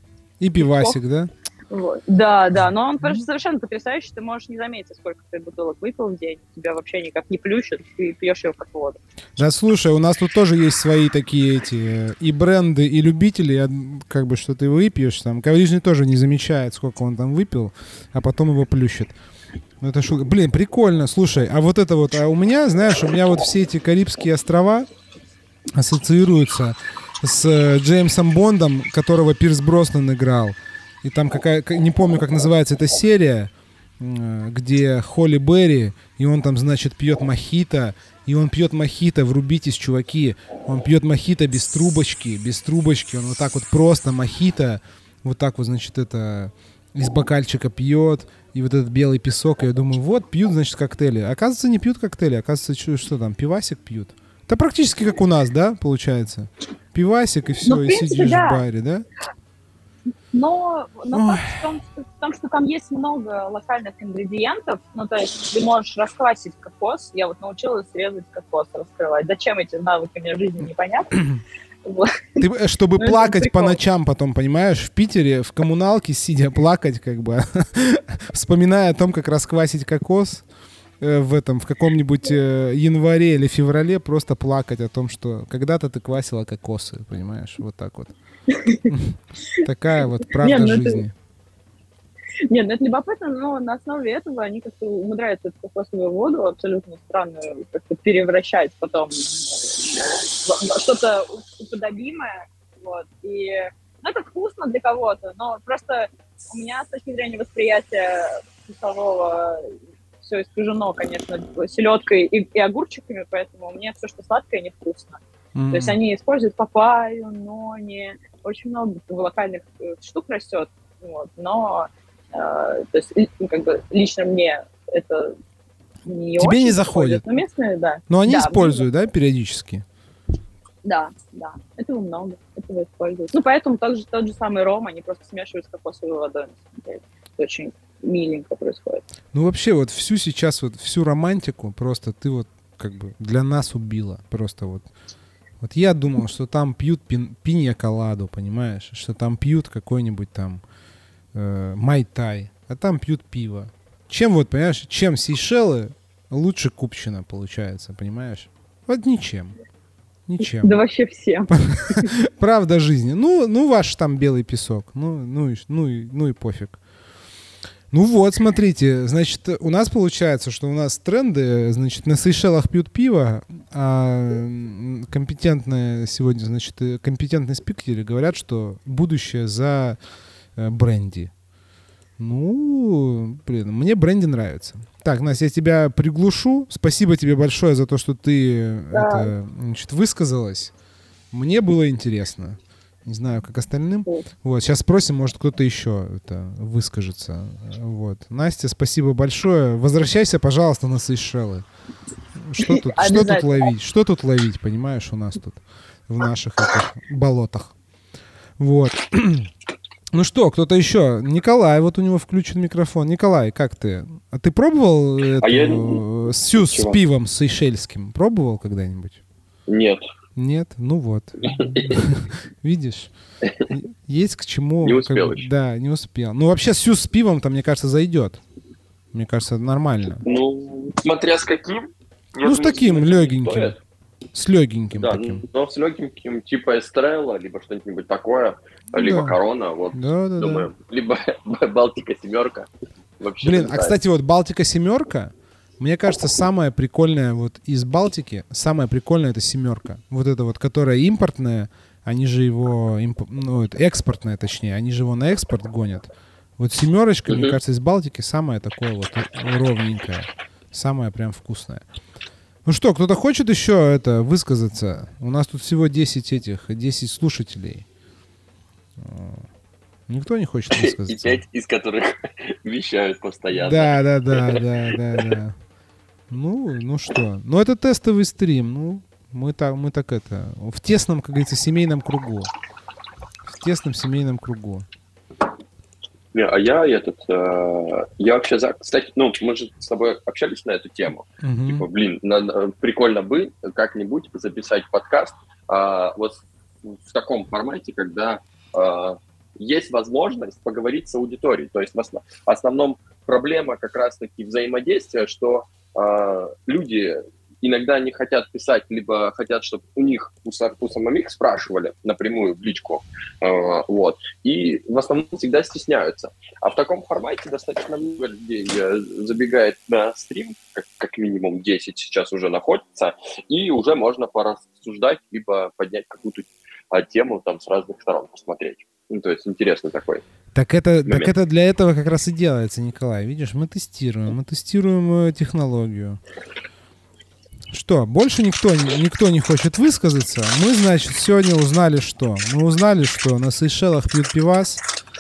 И пивасик, да? Вот. Да, да, но он просто совершенно потрясающий, ты можешь не заметить, сколько ты бутылок выпил в день, тебя вообще никак не плющит, ты пьешь его как воду. Да, слушай, у нас тут тоже есть свои такие эти э, и бренды, и любители, а, как бы, что ты выпьешь, там, Каврижный тоже не замечает, сколько он там выпил, а потом его плющит. Ну, это шутка. Блин, прикольно, слушай, а вот это вот, а у меня, знаешь, у меня вот все эти Карибские острова ассоциируются с э, Джеймсом Бондом, которого Пирс Броснан играл. И там какая, к- не помню, как называется эта серия, э, где Холли Берри, и он там, значит, пьет мохито, и он пьет мохито, врубитесь, чуваки, он пьет мохито без трубочки, без трубочки, он вот так вот просто мохито, вот так вот, значит, это из бокальчика пьет, и вот этот белый песок, и я думаю, вот, пьют, значит, коктейли. Оказывается, не пьют коктейли, оказывается, что, что там, пивасик пьют. Это практически как у нас, да, получается? Пивасик, и все, Ну, в и принципе, сидишь да. в баре, да? Но, но Ой. факт в том, что, в том, что там есть много локальных ингредиентов, ну, то есть ты можешь расквасить кокос, я вот научилась резать кокос, раскрывать. Зачем эти навыки мне в жизни непонятно. Вот. Ты, э, чтобы Ну, это плакать по прикол. ночам потом, понимаешь, в Питере, в коммуналке, сидя, плакать, как бы, вспоминая о том, как расквасить кокос э, в этом, в каком-нибудь э, январе или феврале, просто плакать о том, что когда-то ты квасила кокосы, понимаешь, вот так вот. Такая вот Не, правда ну это- жизни. Нет, ну это любопытно, но на основе этого они как-то умудряются эту кокосовую воду абсолютно странную как-то перевращать потом э, в- во что-то уподобимое. Вот. И ну, это вкусно для кого-то, но просто у меня с точки зрения восприятия вкусового все искажено, конечно, селедкой и, и огурчиками, поэтому мне все, что сладкое, невкусно. То есть они используют папайю, нони, очень много локальных э, штук растет, вот, но э, то есть, и, ну, как бы, лично мне это не Тебе очень не заходит? подходит, но местные, да. Но они Да, используют, да, периодически? Да, да, этого много, этого используют. Ну, поэтому тот же, тот же самый ром, они просто смешивают с кокосовой водой, на самом деле. Это очень миленько происходит. Ну, вообще, вот всю сейчас, вот всю романтику просто ты вот как бы для нас убила. Просто вот. Вот я думал, что там пьют пин, пинья-коладу, понимаешь? Что там пьют какой-нибудь там э, май-тай, а там пьют пиво. Чем вот, понимаешь, чем Сейшелы лучше Купчино получается, понимаешь? Вот ничем. Ничем. Да вообще всем. Правда жизни. Ну, ну ваш там белый песок. Ну, ну, и, ну, и, ну и пофиг. Ну вот, смотрите, значит, у нас получается, что у нас тренды, значит, на Сейшелах пьют пиво, а компетентные сегодня, значит, компетентные спикеры говорят, что будущее за э, бренди. Ну, блин, мне бренди нравится. Так, Настя, я тебя приглушу. Спасибо тебе большое за то, что ты Да. это, значит, высказалась. Мне было интересно. Не знаю, как остальным. Вот, сейчас спросим, может, кто-то еще это выскажется. Вот. Настя, спасибо большое. Возвращайся, пожалуйста, на Сейшелы. Что тут, что тут ловить? Что тут ловить, понимаешь, у нас тут в наших этих болотах. Вот. Ну что, кто-то еще? Николай, вот у него включен микрофон. Николай, как ты? А ты пробовал эту, а я... сюз с пивом сейшельским? Пробовал когда-нибудь? Нет. Нет? Ну вот. Видишь? Есть к чему... Не успел еще. Да, не успел. Ну вообще сюз с пивом-то, мне кажется, зайдет. Мне кажется, нормально. Ну, смотря с каким. Ну, с таким легеньким. С легеньким да, таким. но с легеньким типа Эстрелла, либо что-нибудь такое, либо да. Корона, вот, да, да, думаю, да. либо Балтика семерка. Вообще Блин, а кстати, вот Балтика семерка, мне кажется, самая прикольная вот из Балтики, самая прикольная это семерка. Вот эта вот, которая импортная, они же его, имп... ну, это экспортная точнее, они же его на экспорт гонят. Вот семерочка, mm-hmm. мне кажется, из Балтики самая такое вот ровненькая, самая прям вкусная. Ну что, кто-то хочет еще это высказаться? У нас тут всего десять этих, десять слушателей. Никто не хочет высказаться. И пять из которых вещают постоянно. Да, да, да, да, да, да. Ну, ну что? Ну это тестовый стрим. Ну, мы так, мы так это... В тесном, как говорится, семейном кругу. В тесном семейном кругу. Не, а я этот, э, я вообще за, кстати, ну, мы же с тобой общались на эту тему, uh-huh. типа, блин, надо, прикольно бы как-нибудь записать подкаст э, вот в таком формате, когда э, есть возможность поговорить с аудиторией, то есть в основ, основном проблема как раз-таки взаимодействия, что э, люди иногда не хотят писать, либо хотят, чтобы у них, у, у самих спрашивали напрямую в личку, э, вот, и в основном всегда стесняются. А в таком формате достаточно много людей забегает на стрим, как, как минимум десять сейчас уже находится, и уже можно порассуждать, либо поднять какую-то а, тему там с разных сторон посмотреть. Ну, то есть интересный такой. Так это, так это для этого как раз и делается, Николай. Видишь, мы тестируем, мы тестируем технологию. Что, больше никто, никто не хочет высказаться? Мы, значит, сегодня узнали что? Мы узнали, что на Сейшелах пьют пивас,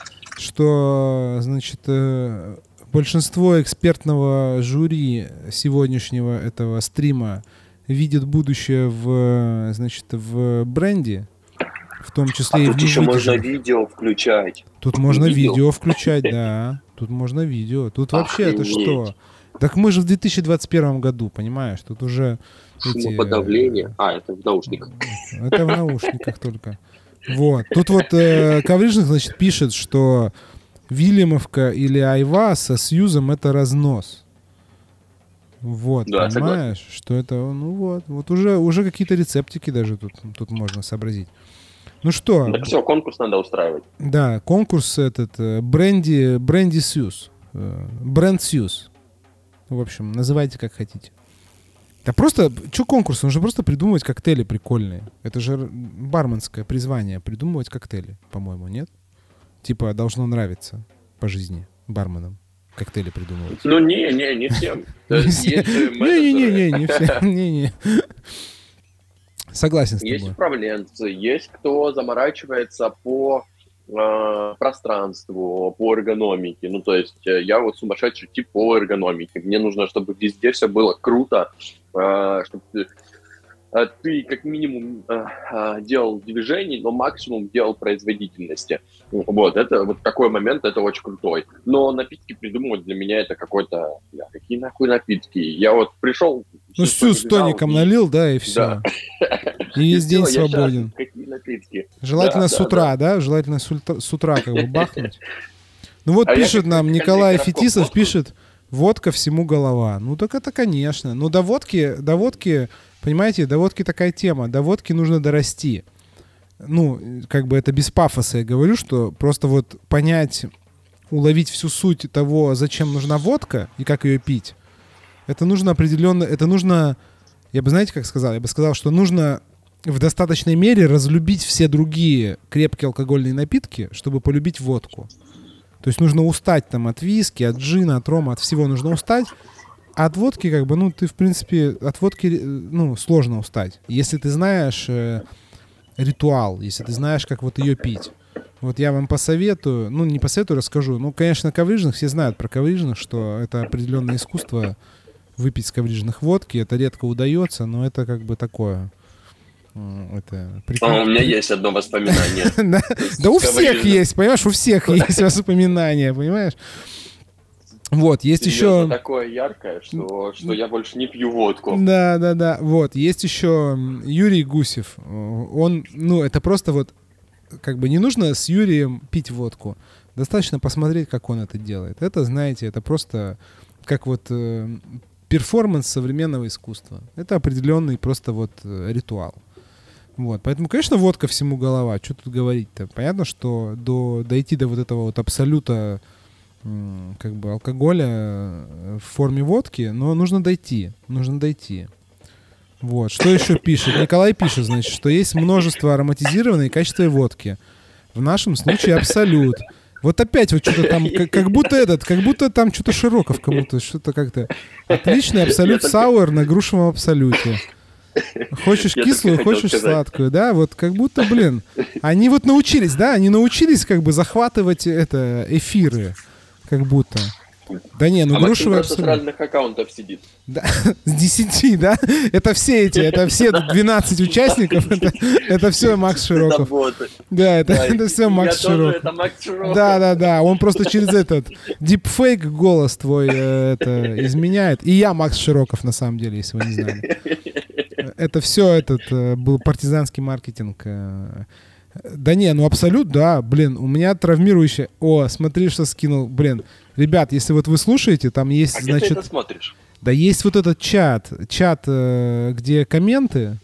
что, значит, большинство экспертного жюри сегодняшнего этого стрима видит будущее в, значит, в бренде, в том числе а и тут в еще можно видео включать. Тут можно видео, видео включать, да. Тут можно видео. Тут вообще это что? Так мы же в две тысячи двадцать первом году, понимаешь? Тут уже эти... Шумоподавление. А, это в наушниках. Это в наушниках только. Вот. Тут вот э, Коврижных, значит, пишет, что Вильямовка или Айва со Сьюзом — это разнос. Вот, да, понимаешь? Согласен. Что это, ну вот. Вот уже, уже какие-то рецептики даже тут, тут можно сообразить. Ну что? Так все, конкурс надо устраивать. Да, конкурс этот, бренди, бренди Сьюз. Бренд Сьюз. В общем, называйте как хотите. Да просто, что конкурс? Нужно просто придумывать коктейли прикольные. Это же барменское призвание. Придумывать коктейли, по-моему, нет? Типа должно нравиться по жизни барменам коктейли придумывать. Ну не, не, не всем. Не-не-не, не всем. Не-не. Согласен с тобой. Есть управленцы, есть кто заморачивается по э, пространству, по эргономике. Ну, то есть э, я вот сумасшедший тип по эргономике. Мне нужно, чтобы везде все было круто, э, чтобы ты, э, ты как минимум э, э, делал движений, но максимум делал производительности. Вот, это вот такой момент, это очень крутой. Но напитки придумывать для меня это какой-то... Бля, какие нахуй напитки? Я вот пришел... Ну, всю с тоником и... налил, да, и все. Да. И весь день свободен. Какие напитки? Желательно да, с утра, да, да? Желательно с, ульта... с утра как бы бахнуть. Ну вот а пишет нам, Николай Фетисов пишет, водка всему голова. Ну так это конечно. Ну до водки, до водки, понимаете, до водки такая тема. До водки нужно дорасти. Ну, как бы это без пафоса я говорю, что просто вот понять, уловить всю суть того, зачем нужна водка и как ее пить. Это нужно определенно, это нужно, я бы, знаете, как сказал? Я бы сказал, что нужно в достаточной мере разлюбить все другие крепкие алкогольные напитки, чтобы полюбить водку. То есть нужно устать там от виски, от джина, от рома, от всего нужно устать. А от водки, как бы, ну, ты, в принципе, от водки, ну, сложно устать. Если ты знаешь э, ритуал, если ты знаешь, как вот ее пить. Вот я вам посоветую, ну, не посоветую, расскажу. Ну, конечно, коврижных, все знают про коврижных, что это определенное искусство выпить с коврижных водки. Это редко удается, но это как бы такое. Это прикол... а, у меня есть одно воспоминание. Да у всех есть, понимаешь, у всех есть воспоминания, понимаешь? Вот, есть еще... такое яркое, что, что я больше не пью водку. Да, да, да. Вот, есть еще Юрий Гусев. Он, ну, это просто вот, как бы не нужно с Юрием пить водку. Достаточно посмотреть, как он это делает. Это, знаете, это просто как вот э, перформанс современного искусства. Это определенный просто вот э, ритуал. Вот, поэтому, конечно, водка всему голова. Что тут говорить-то? Понятно, что до, дойти до вот этого вот абсолюта м, как бы алкоголя в форме водки, но нужно дойти. Нужно дойти. Вот. Что еще пишет? Николай пишет, значит, что есть множество ароматизированной и качественной водки. В нашем случае абсолют. Вот опять вот что-то там, как, как будто этот, как будто там что-то Широков кому-то, что-то как-то. Отличный абсолют сауэр на грушевом абсолюте. Хочешь кислую, хочешь сладкую, да, вот как будто, блин, они вот научились, да, они научились как бы захватывать это, эфиры, как будто. Да не, ну а грушевый абсолют. А Максим просто с разных аккаунтов сидит. Да, с десяти, да? Это все эти, это все двенадцать участников, это, это все Макс Широков. Да, это, да, это все Макс Широков. Это Макс Широков. Да, да, да, он просто через этот дипфейк голос твой э, это изменяет. И я Макс Широков, на самом деле, если вы не знали. Это все этот э, был партизанский маркетинг. Э, Да не, ну абсолют, да, блин, у меня травмирующее... О, смотри, что скинул, блин. Ребят, если вот вы слушаете, там есть, а значит... где ты это смотришь? Да есть вот этот чат, чат, где комменты.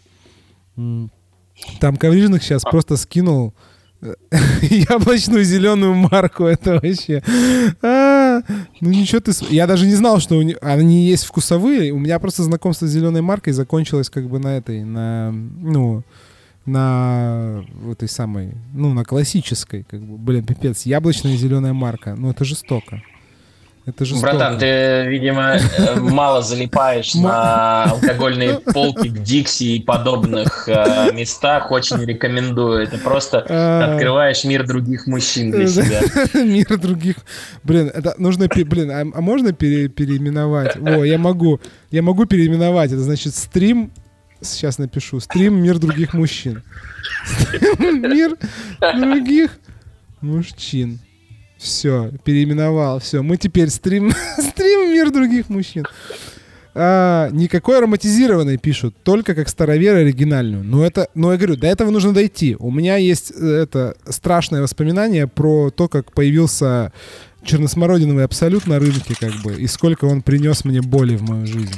Там Коврижных сейчас а. просто скинул яблочную зеленую марку. Это вообще... А, ну ничего ты... Я даже не знал, что у них... они есть вкусовые. У меня просто знакомство с зеленой маркой закончилось как бы на этой, на... ну... на этой самой, ну, на классической, как бы, блин, пипец, яблочная зеленая марка. Ну, это жестко. Это жестоко. Братан, ты, видимо, мало залипаешь на алкогольные полки в Дикси и подобных местах. Очень рекомендую. Это просто открываешь мир других мужчин для себя. Мир других... Блин, это нужно... Блин, а можно переименовать? О, я могу. Я могу переименовать. Это значит стрим... Сейчас напишу. Стрим «Мир других мужчин». Мир других мужчин. Все, переименовал. Все, мы теперь стрим, стрим «Мир других мужчин». А, никакой ароматизированной пишут, только как старовер оригинальную. Но это, но я говорю, до этого нужно дойти. У меня есть это страшное воспоминание про то, как появился черносмородиновый абсолют на рынке, как бы, и сколько он принес мне боли в мою жизнь.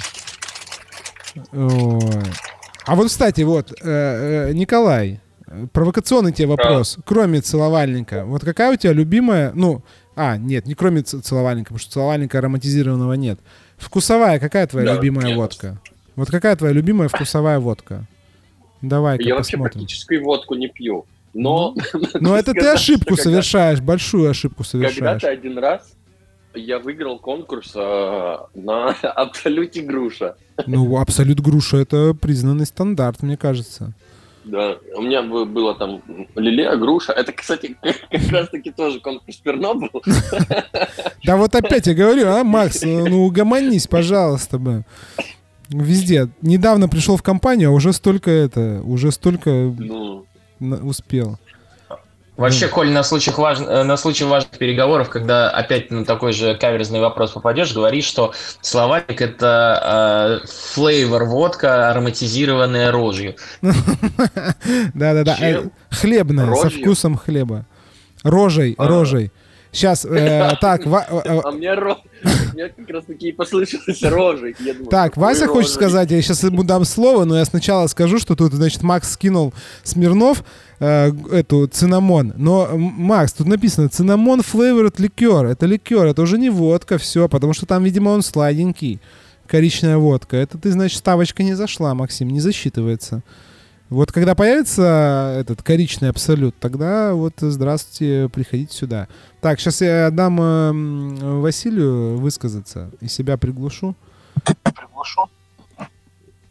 Ой. А вот, кстати, вот, э, э, Николай, провокационный тебе вопрос. А. Кроме целовальника, вот какая у тебя любимая, ну, а, нет, не кроме целовальника, потому что целовальника ароматизированного нет. Вкусовая, какая твоя да, любимая нет. водка? Вот какая твоя любимая вкусовая водка? Давай-ка Я посмотрим. вообще практически водку не пью, но... Но это ты ошибку совершаешь, большую ошибку совершаешь. Когда-то один раз я выиграл конкурс э, на Абсолюте груша. Ну, Абсолют груша — это признанный стандарт, мне кажется. Да, у меня было там лилея, груша. Это, кстати, как раз-таки тоже конкурс Перно был. Да вот опять я говорю, а, Макс, ну угомонись, пожалуйста, бы. Везде. Недавно пришел в компанию, а уже столько это, уже столько ну... успел. Вообще, Коль, на случай, важ... на случай важных переговоров, когда опять на такой же каверзный вопрос попадешь, говоришь, что словарик — это флейвор водка, ароматизированная рожью. Да-да-да, хлебная, со вкусом хлеба. Рожей, рожей. Сейчас, э, так... Ва- а мне, ро... мне как раз таки послышалось рожей. Думаю, так, Вася хочет рожей. сказать, я сейчас ему дам слово, но я сначала скажу, что тут, значит, Макс скинул Смирнов э, эту цинамон. Но, Макс, тут написано цинамон flavored ликер. Это ликер, это уже не водка, все, потому что там, видимо, он сладенький. Коричневая водка. Это ты, значит, ставочка не зашла, Максим, не засчитывается. Вот когда появится этот коричневый абсолют, тогда вот здравствуйте, приходите сюда. Так, сейчас я дам э, Василию высказаться и себя приглушу. Приглушу.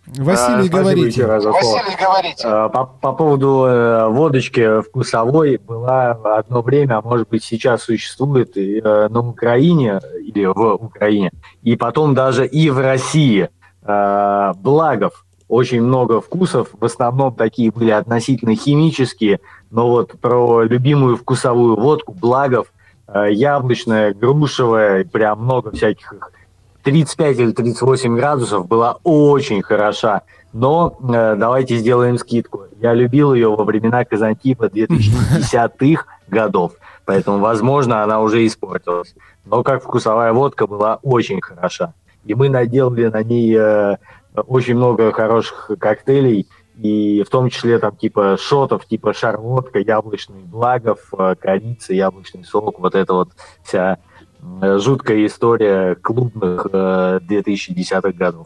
Василий, Спасибо говорите. еще раз за слово. Василий, говорите. Э, По, по поводу э, водочки вкусовой была одно время, а может быть сейчас существует и, э, на Украине или в Украине, и потом даже и в России. Э, Благов. Очень много вкусов, в основном такие были относительно химические, но вот про любимую вкусовую водку Благов, э, яблочная, грушевая, прям много всяких их. тридцать пять или тридцать восемь градусов была очень хороша. Но э, давайте сделаем скидку. Я любил ее во времена Казантипа две тысячи десятых годов, поэтому, возможно, она уже испортилась. Но как вкусовая водка была очень хороша. И мы наделали на ней э, очень много хороших коктейлей, и в том числе там типа шотов, типа шарлотка, яблочный Благов, э, корица, яблочный сок, вот это вот вся э, жуткая история клубных э, две тысячи десятых годов.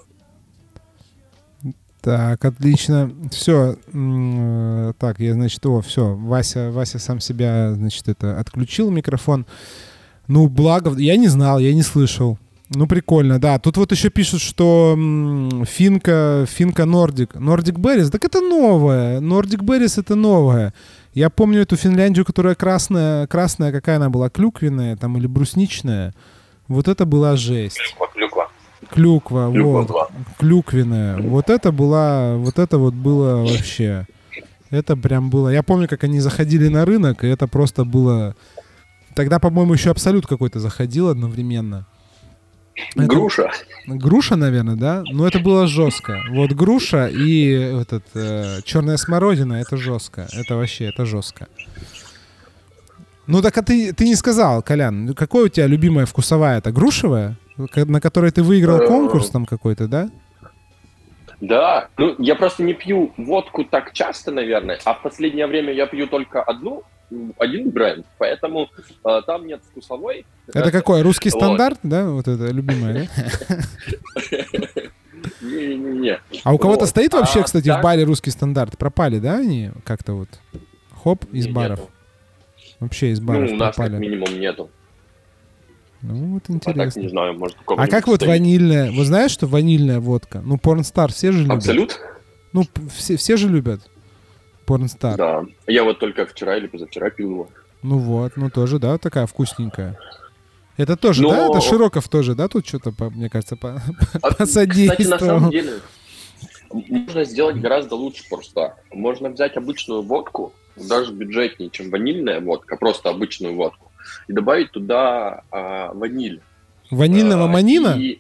Так, отлично. Все. Так, я, значит, о, все. Вася, Вася сам себя, значит, это отключил микрофон. Ну, Благов, я не знал, я не слышал. Ну, прикольно, да. Тут вот еще пишут, что м, финка, финка Нордик. Нордик Беррис, так это новое. Нордик Беррис это новое. Я помню эту Финляндию, которая красная, красная, какая она была, клюквенная там или брусничная. Вот это была жесть. Клюква, клюква. Клюква, Клюква вот, была. клюквенная. Вот это была, вот это вот было вообще. Это прям было. Я помню, как они заходили на рынок, и это просто было. Тогда, по-моему, еще Абсолют какой-то заходил одновременно. Это... Груша. Груша, наверное, да? Но это было жестко. Вот груша и этот э, черная смородина, это жестко. Это вообще, это жестко. Ну так а ты, ты не сказал, Колян, какая у тебя любимая вкусовая? Это грушевая? На которой ты выиграл конкурс там какой-то, да? Да, ну я просто не пью водку так часто, наверное, а в последнее время я пью только одну, один бренд, поэтому э, там нет вкусовой. Это какой? Русский Вот. стандарт, да? Вот это любимая, да? Не-не-не. А у кого-то Вот. стоит вообще, А кстати, в так- баре русский стандарт? Пропали, да, они как-то вот? Хоп, из Не, баров. нету. Вообще из баров Ну, у нас как пропали. минимум нету. Ну, вот А так интересно. не знаю, может, у А кого-нибудь как вот стоит. ванильная? Вы знаете, что ванильная водка? Ну, Порнстар все же любят. Абсолют? Ну, п- все, все же любят Порнстар. Да. Я вот только вчера или позавчера пил его. Ну вот, ну тоже, да, такая вкусненькая. Это тоже, Но- да? Это Широков тоже, да? Тут что-то, по- мне кажется, по- А, посодействовал. Кстати, на самом деле, можно сделать гораздо лучше просто. Можно взять обычную водку, даже бюджетнее, чем ванильная водка, просто обычную водку, и добавить туда а, ваниль. Ванильного А, манина? И...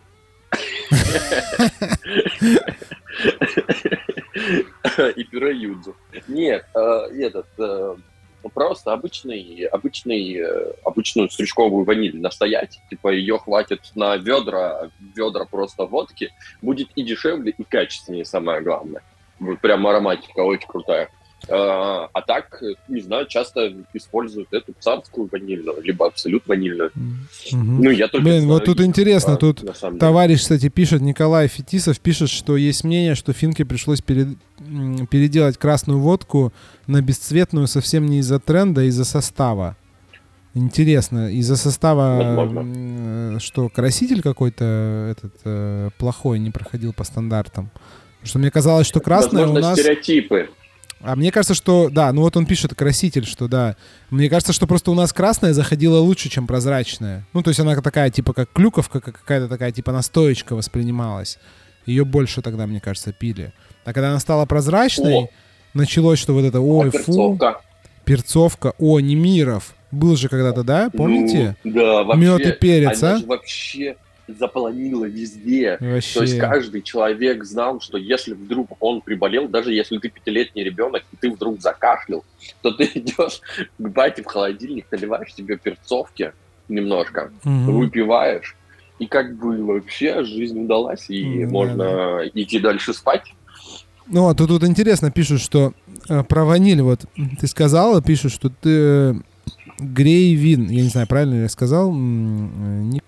И пюре юдзу. Нет, э, этот, э, просто обычный, обычный, э, обычную стручковую ваниль настоять, типа ее хватит на ведра, ведра просто водки, будет и дешевле, и качественнее, самое главное. Вот прям ароматика очень крутая. А, а так, не знаю, часто используют эту царскую ванильную, либо абсолют ванильную. Мгм. Ну, я только Блин, знаю вот тут их, интересно, а, тут на самом деле. товарищ, кстати, пишет, Николай Фетисов пишет, что есть мнение, что финке пришлось пере- м, переделать красную водку на бесцветную совсем не из-за тренда, а из-за состава. Интересно, из-за состава, Возможно. м, что краситель какой-то этот э, плохой не проходил по стандартам. Потому что мне казалось, что красная у Возможно, нас... стереотипы. А мне кажется, что, да, ну вот он пишет краситель, что да. Мне кажется, что просто у нас красная заходила лучше, чем прозрачная. Ну, то есть она такая, типа, как клюковка, как какая-то такая, типа, настоечка воспринималась. Ее больше тогда, мне кажется, пили. А когда она стала прозрачной, О. началось, что вот это, ой, А фу, перцовка? перцовка, о, Немиров. Был же когда-то, да, помните? Ну, да, вообще. Мед и перец, она а? же вообще заполонила везде. Вообще. То есть каждый человек знал, что если вдруг он приболел, даже если ты пятилетний ребенок, и ты вдруг закашлял, то ты идешь к бате в холодильник, наливаешь себе перцовки немножко, Мгм. выпиваешь, и как бы вообще жизнь удалась, и М, можно идти дальше спать. Ну, а тут, тут интересно пишут, что э, про ваниль, вот ты сказала, пишут, что ты э, грейвин, я не знаю, правильно ли я сказал, м, э, ник,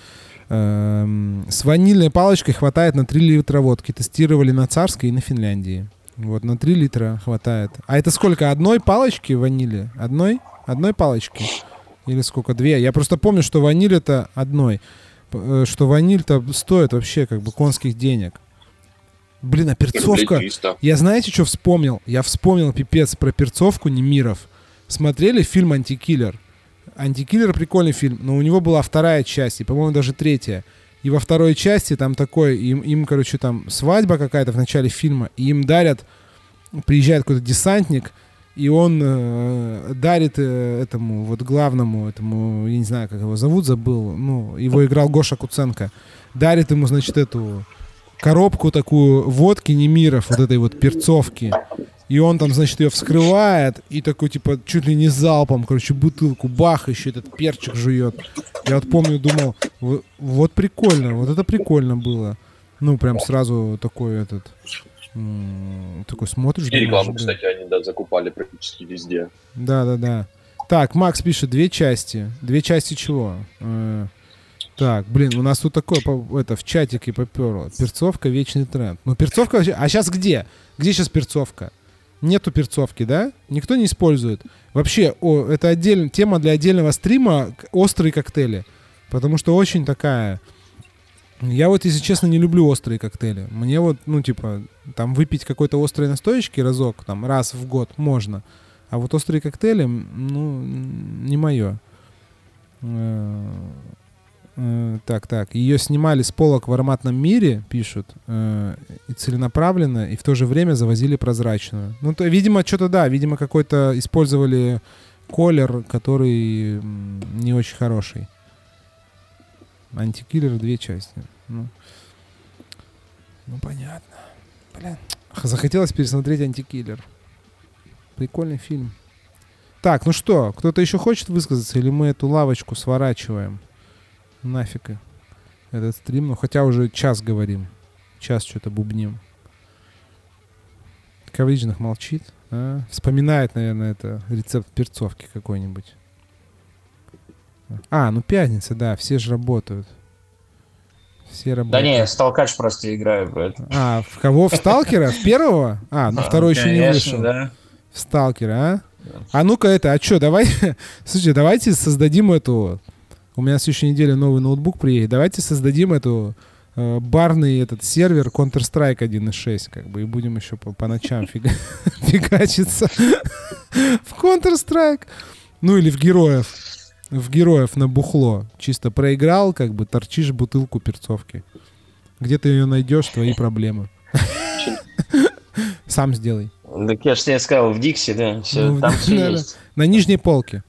эм, с ванильной палочкой хватает на три литра водки. Тестировали на Царской и на Финляндии. Вот, на три литра хватает. А это сколько, одной палочки ванили? Одной? Одной палочки? Или сколько, две? Я просто помню, что ваниль это одной. П- э, Что ваниль-то стоит вообще как бы конских денег. Блин, а перцовка... Я знаете, что вспомнил? Я вспомнил, пипец, про перцовку Немиров. Смотрели фильм «Антикиллер»? «Антикиллер» прикольный фильм, но у него была вторая часть, и, по-моему, даже третья. И во второй части там такой, им, им короче, там свадьба какая-то в начале фильма, и им дарят, приезжает какой-то десантник, и он э, дарит э, этому вот главному, этому, я не знаю, как его зовут, забыл, ну, его играл Гоша Куценко, дарит ему, значит, эту... коробку такую водки Немиров, вот этой вот перцовки. И он там, значит, ее вскрывает и такой, типа, чуть ли не залпом, короче, бутылку, бах, еще этот перчик жует. Я вот помню, думал, вот, вот прикольно, вот это прикольно было. Ну, прям сразу такой этот... М- такой смотришь... И рекламу, кстати, они, да, закупали практически везде. Да-да-да. Так, Макс пишет, две части. Две части чего? Э- Так, блин, у нас тут такое, это, в чатике поперло. Перцовка — вечный тренд. Ну, перцовка вообще... А сейчас где? Где сейчас перцовка? Нету перцовки, да? Никто не использует. Вообще, о, это отдельная тема для отдельного стрима — острые коктейли. Потому что очень такая... Я вот, если честно, не люблю острые коктейли. Мне вот, ну, типа, там выпить какой-то острой настоечки разок, там, раз в год можно. А вот острые коктейли, ну, не мое. Так, так. Ее снимали с полок в «Ароматном мире», пишут, э, и целенаправленно, и в то же время завозили прозрачную. Ну, то, видимо, что-то, да, видимо, какой-то использовали колер, который не очень хороший. «Антикиллер» две части. Ну, ну понятно. Блин. Захотелось пересмотреть «Антикиллер». Прикольный фильм. Так, ну что, кто-то еще хочет высказаться, или мы эту лавочку сворачиваем? Нафиг этот стрим. Ну, хотя уже час говорим. Час что-то бубним. Коврижных молчит. А? Вспоминает, наверное, это рецепт перцовки какой-нибудь. А, ну пятница, да. Все же работают. Все работают. Да не, в Сталкач просто играю, поэтому. А, в кого? В Сталкера? В первого? А, ну второй еще не вышел. Да. В Сталкера, а? А ну-ка это, а что, давай... Слушайте, давайте создадим эту... У меня в следующей неделе новый ноутбук приедет. Давайте создадим эту э, барный этот сервер Counter-Strike один точка шесть, как бы, и будем еще по, по ночам фига, фигачиться в Counter-Strike. Ну или в героев. В героев на бухло. Чисто проиграл, как бы, торчишь бутылку перцовки. Где ты ее найдешь, твои проблемы. Сам сделай. Так я же тебе сказал, в Дикси, да, все, Ну, там да, все да, есть. На нижней полке.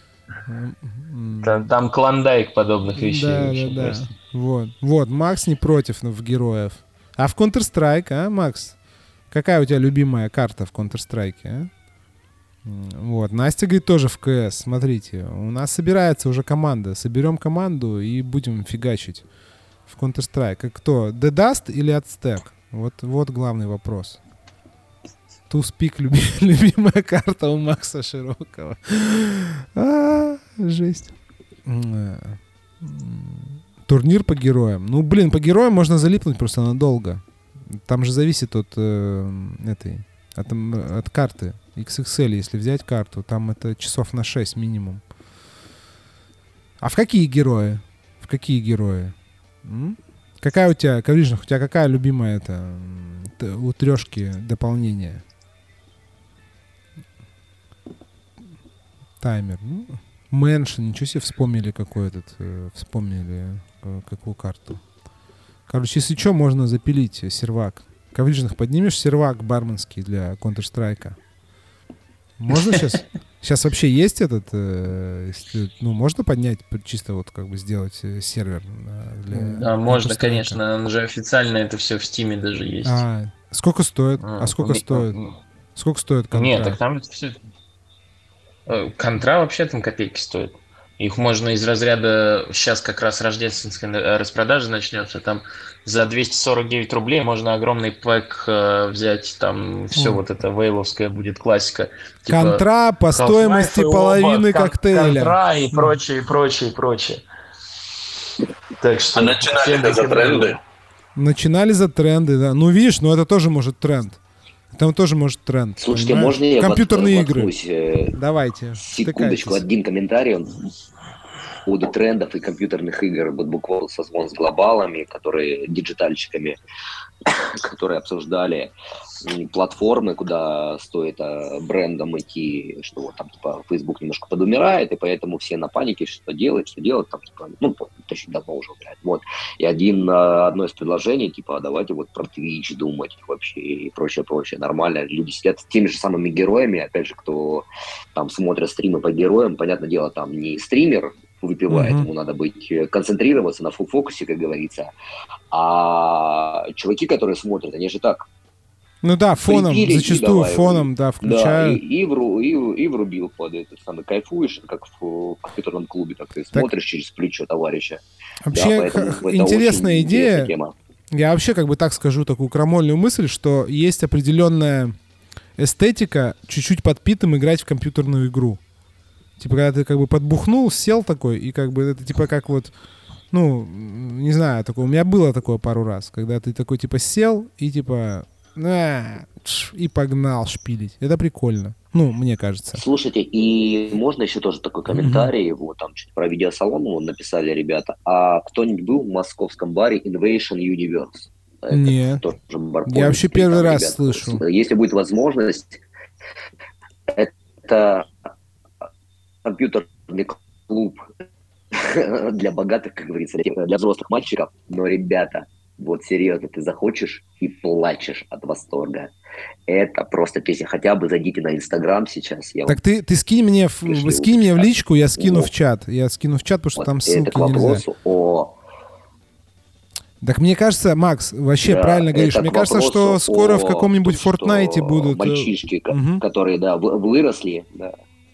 Там, там клондайк подобных вещей. Да, вообще да, да. просто. Вот. Вот, Макс не против ну, в героев. А в Counter-Strike, а, Макс? Какая у тебя любимая карта в Counter-Strike, а? Вот. Настя говорит, тоже в КС. Смотрите, у нас собирается уже команда. Соберем команду и будем фигачить в Counter-Strike. Кто? The Dust или Aztec? Вот, вот главный вопрос. Туспик люби, любимая карта у Макса Широкого. А, жесть. Турнир по героям. Ну, блин, по героям можно залипнуть просто надолго. Там же зависит от э, этой, от, от карты. икс икс эль, если взять карту, там это часов на шесть минимум. А в какие герои? В какие герои? М? Какая у тебя, Коврижных, у тебя какая любимая это у трешки дополнение? Таймер. Ну, Мэншн, ничего себе вспомнили какой этот, э, вспомнили э, какую карту. Короче, если что, можно запилить сервак. Коврижных, поднимешь сервак барменский для Counter-Strike? Можно сейчас? Сейчас вообще есть этот, э, если, ну, можно поднять, чисто вот как бы сделать сервер для Да, можно, конечно, он же официально это все в Стиме даже есть. А, сколько стоит? А, а сколько стоит? Сколько стоит контра? Нет, так там это все... Контра вообще там копейки стоит. Их можно из разряда... Сейчас как раз рождественская распродажа начнется. Там за двести сорок девять рублей можно огромный пэк э, взять. Там все вот это вейловская будет классика. Типа контра по стоимости половины оба, коктейля. Контра и прочее, прочее, прочее. Так что... А начинали за тренды? Начинали за тренды, да. Ну, видишь, ну это тоже может тренд. Там тоже может тренд. Слушайте, понимаешь? можно я компьютерные вот, игры? Воткнусь, э, Давайте. Секундочку, один комментарий. Он... поводу трендов и компьютерных игр. Вот буквально созвон с глобалами, которые диджитальщиками, которые обсуждали платформы, куда стоит а, брендам идти, что вот там типа Facebook немножко подумирает, и поэтому все на панике, что делать, что делать, там типа, ну, очень давно уже, блядь, вот. И один, одно из предложений, типа, давайте вот про Twitch думать вообще и прочее, прочее, нормально. Люди сидят с теми же самыми героями, опять же, кто там смотрит стримы по героям, понятное дело, там не стример выпивает, mm-hmm. ему надо быть, концентрироваться на фокусе, как говорится, а чуваки, которые смотрят, они же так, ну да, фоном, припили, зачастую давай, фоном, да, включаю. Да, и, и, вру, и, и врубил под этот самый, кайфуешь, как в компьютерном клубе, так ты так. Смотришь через плечо товарища. Вообще, да, х- интересная идея. Интересная тема. Я вообще как бы так скажу такую крамольную мысль, что есть определенная эстетика чуть-чуть подпитым играть в компьютерную игру. Типа, когда ты как бы подбухнул, сел такой, и как бы это типа как вот, ну, не знаю, такое, у меня было такое пару раз, когда ты такой типа сел и типа... А, и погнал шпилить. Это прикольно. Ну, мне кажется. Слушайте, и можно еще тоже такой комментарий. Mm-hmm. Вот там чуть про видеосалон вот, написали ребята. А кто-нибудь был в московском баре Invasion Universe? Это нет. Я вообще первый раз ребята. слышу. Если будет возможность, это компьютерный клуб для богатых, как говорится, для взрослых мальчиков. Но, ребята, вот серьезно, ты захочешь и плачешь от восторга. Это просто песня. Хотя бы зайдите на Инстаграм сейчас. Я так ты, ты скинь мне в, скинь мне в личку, я скину вот. в чат. Я скину в чат, потому что вот там ссылки это нельзя. О... Так мне кажется, Макс, вообще да, правильно говоришь. Мне кажется, что скоро в каком-нибудь Fortnite будут... Мальчишки, угу. которые, да, выросли, да.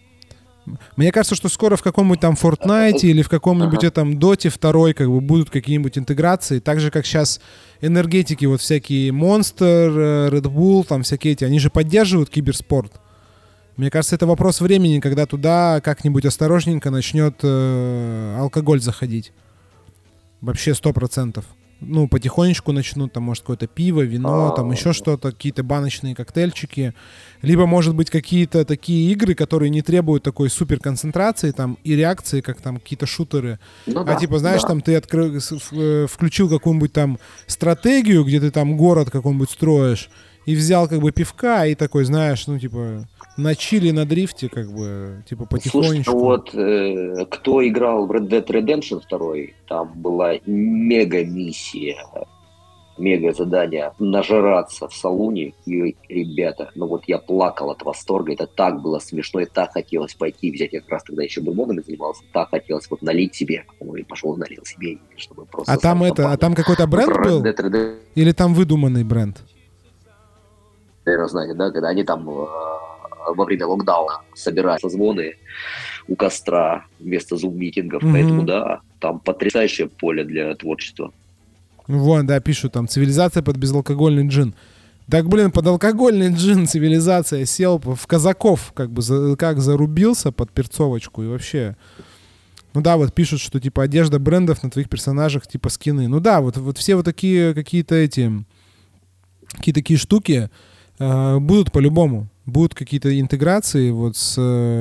Мне кажется, что скоро в каком-нибудь там Fortnite или в каком-нибудь ага. этом Доте второй как бы будут какие-нибудь интеграции, так же, как сейчас энергетики, вот всякие Monster, Red Bull, там всякие эти, они же поддерживают киберспорт. Мне кажется, это вопрос времени, когда туда как-нибудь осторожненько начнет э, алкоголь заходить. Вообще сто процентов. Ну, потихонечку начнут, там, может, какое-то пиво, вино, там, еще что-то, какие-то баночные коктейльчики. Либо, может быть, какие-то такие игры, которые не требуют такой суперконцентрации, там, и реакции, как там какие-то шутеры. Ну, а, да, типа, знаешь, да. там, ты откры... включил какую-нибудь там стратегию, где ты там город какой-нибудь строишь, и взял, как бы, пивка, и такой, знаешь, ну, типа... На чили, на дрифте, как бы, типа, потихонечку. Слушай, вот э, кто играл в Red Dead Redemption два, там была мега-миссия, мега-задание нажраться в салуне, и, ребята, ну вот я плакал от восторга, это так было смешно, и так хотелось пойти и взять, я как раз тогда еще бумагами занимался, так хотелось вот налить себе, и пошел налил себе, чтобы просто... А там это, попал. А там какой-то бренд был? Или там выдуманный бренд? Наверное, знаете, да, когда они там... во время локдауна собирают созвоны у костра вместо зум-митингов. Mm-hmm. Поэтому, да, там потрясающее поле для творчества. Вон, да, пишут там, цивилизация под безалкогольный джин. Так, блин, под алкогольный джин цивилизация сел в казаков, как бы, за, как зарубился под перцовочку и вообще... Ну да, вот пишут, что, типа, одежда брендов на твоих персонажах, типа, скины. Ну да, вот, вот все вот такие какие-то эти... Какие-то такие штуки э, будут по-любому. Будут какие-то интеграции вот с,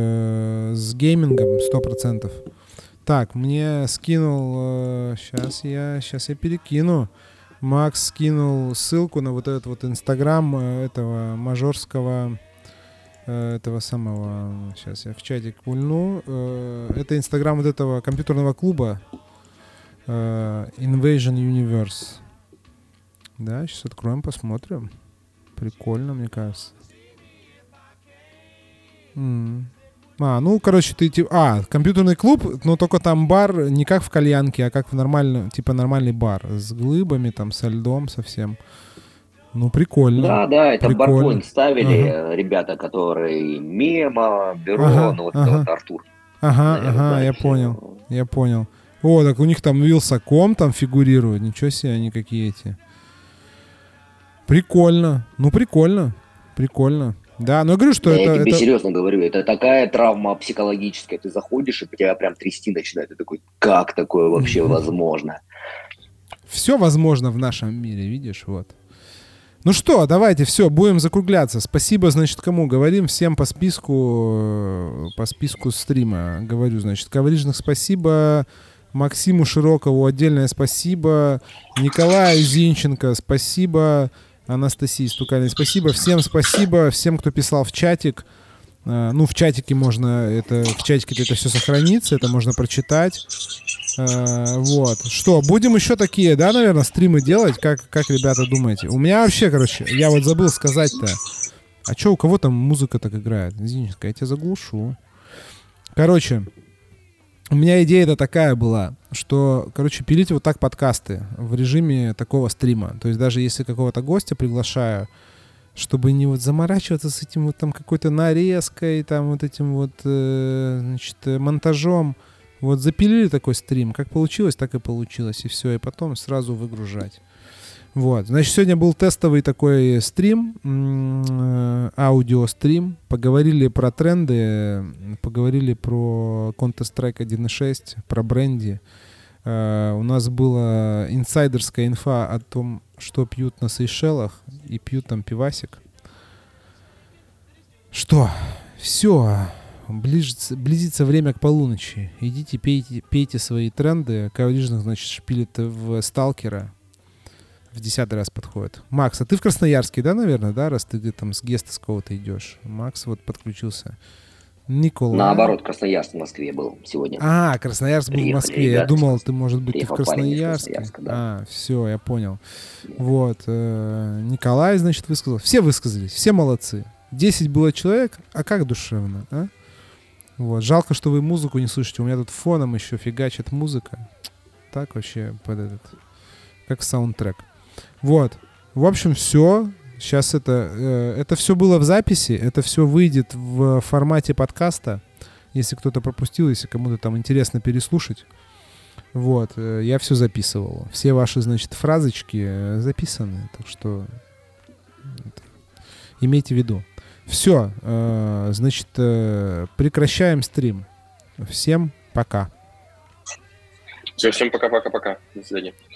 с геймингом сто процентов. Так, мне скинул... Сейчас я, сейчас я перекину. Макс скинул ссылку на вот этот вот инстаграм этого мажорского... Этого самого... Сейчас я в чатик пульну. Это инстаграм вот этого компьютерного клуба Invasion Universe. Да, сейчас откроем, посмотрим. Прикольно, мне кажется. Mm. А, ну, короче, ты типа... А, компьютерный клуб, но только там бар не как в кальянке, а как в нормальном, типа нормальный бар. С глыбами, там, со льдом совсем. Ну, прикольно. Да, да, это барпоинт ставили ага. ребята, которые Мема, Бюро, ага, ну, вот ага. вот Артур. Ага, наверное, ага, знаешь, я понял, я понял. О, так у них там Вилсаком там фигурирует, ничего себе, они какие эти. Прикольно, ну, прикольно, прикольно. Да, но я говорю, что да, это... Я тебе это... серьезно говорю, это такая травма психологическая. Ты заходишь, и тебя прям трясти начинает. Ты такой, как такое вообще возможно? Все возможно в нашем мире, видишь, вот. Ну что, давайте, все, будем закругляться. Спасибо, значит, кому говорим? Всем по списку, по списку стрима. Говорю, значит, Коврижных спасибо, Максиму Широкову отдельное спасибо, Николаю Зинченко спасибо, Анастасии Стукалиной спасибо, всем спасибо, всем, кто писал в чатик. Ну, в чатике можно, это, в чатике это все сохранится, это можно прочитать. Вот. Что, будем еще такие, да, наверное, стримы делать? Как, как ребята, думаете? У меня вообще, короче, я вот забыл сказать-то. А что, у кого там музыка так играет? Извините, я тебя заглушу. Короче, у меня идея-то такая была, что, короче, пилить вот так подкасты в режиме такого стрима. То есть даже если какого-то гостя приглашаю, чтобы не вот заморачиваться с этим вот там какой-то нарезкой, там вот этим вот, э, значит, монтажом. Вот запилили такой стрим, как получилось, так и получилось, и все, и потом сразу выгружать. Вот, значит, сегодня был тестовый такой стрим, м- аудиострим, поговорили про тренды, поговорили про Counter-Strike один точка шесть, про бренди. Uh, у нас была инсайдерская инфа о том, что пьют на Сейшелах, и пьют там пивасик. Что? Все. Ближется, близится время к полуночи. Идите, пейте, пейте свои тренды. Коврижных, значит, шпилит в Сталкера. В десятый раз подходит. Макс, а ты в Красноярске, да, наверное, да? Раз ты там с Геста с кого-то идешь. Макс вот подключился. Николай. Наоборот, Красноярск в Москве был сегодня. А, Красноярск был Приехали в Москве. ребята. Я думал, ты, может быть, Приехал ты в Красноярске. Красноярска, да. А, все, я понял. Вот. Э, Николай, значит, высказал. Все высказались, все молодцы. Десять было человек, а как душевно, а? Вот. Жалко, что вы музыку не слышите. У меня тут фоном еще фигачит музыка. Так вообще под этот... Как саундтрек. Вот. В общем, все. Сейчас это... Э, это все было в записи. Это все выйдет в формате подкаста. Если кто-то пропустил, если кому-то там интересно переслушать. Вот. Э, я все записывал. Все ваши, значит, фразочки э, записаны. Так что... Это, имейте в виду. Все, э, значит, э, прекращаем стрим. Всем пока. Все, всем пока-пока-пока. До свидания.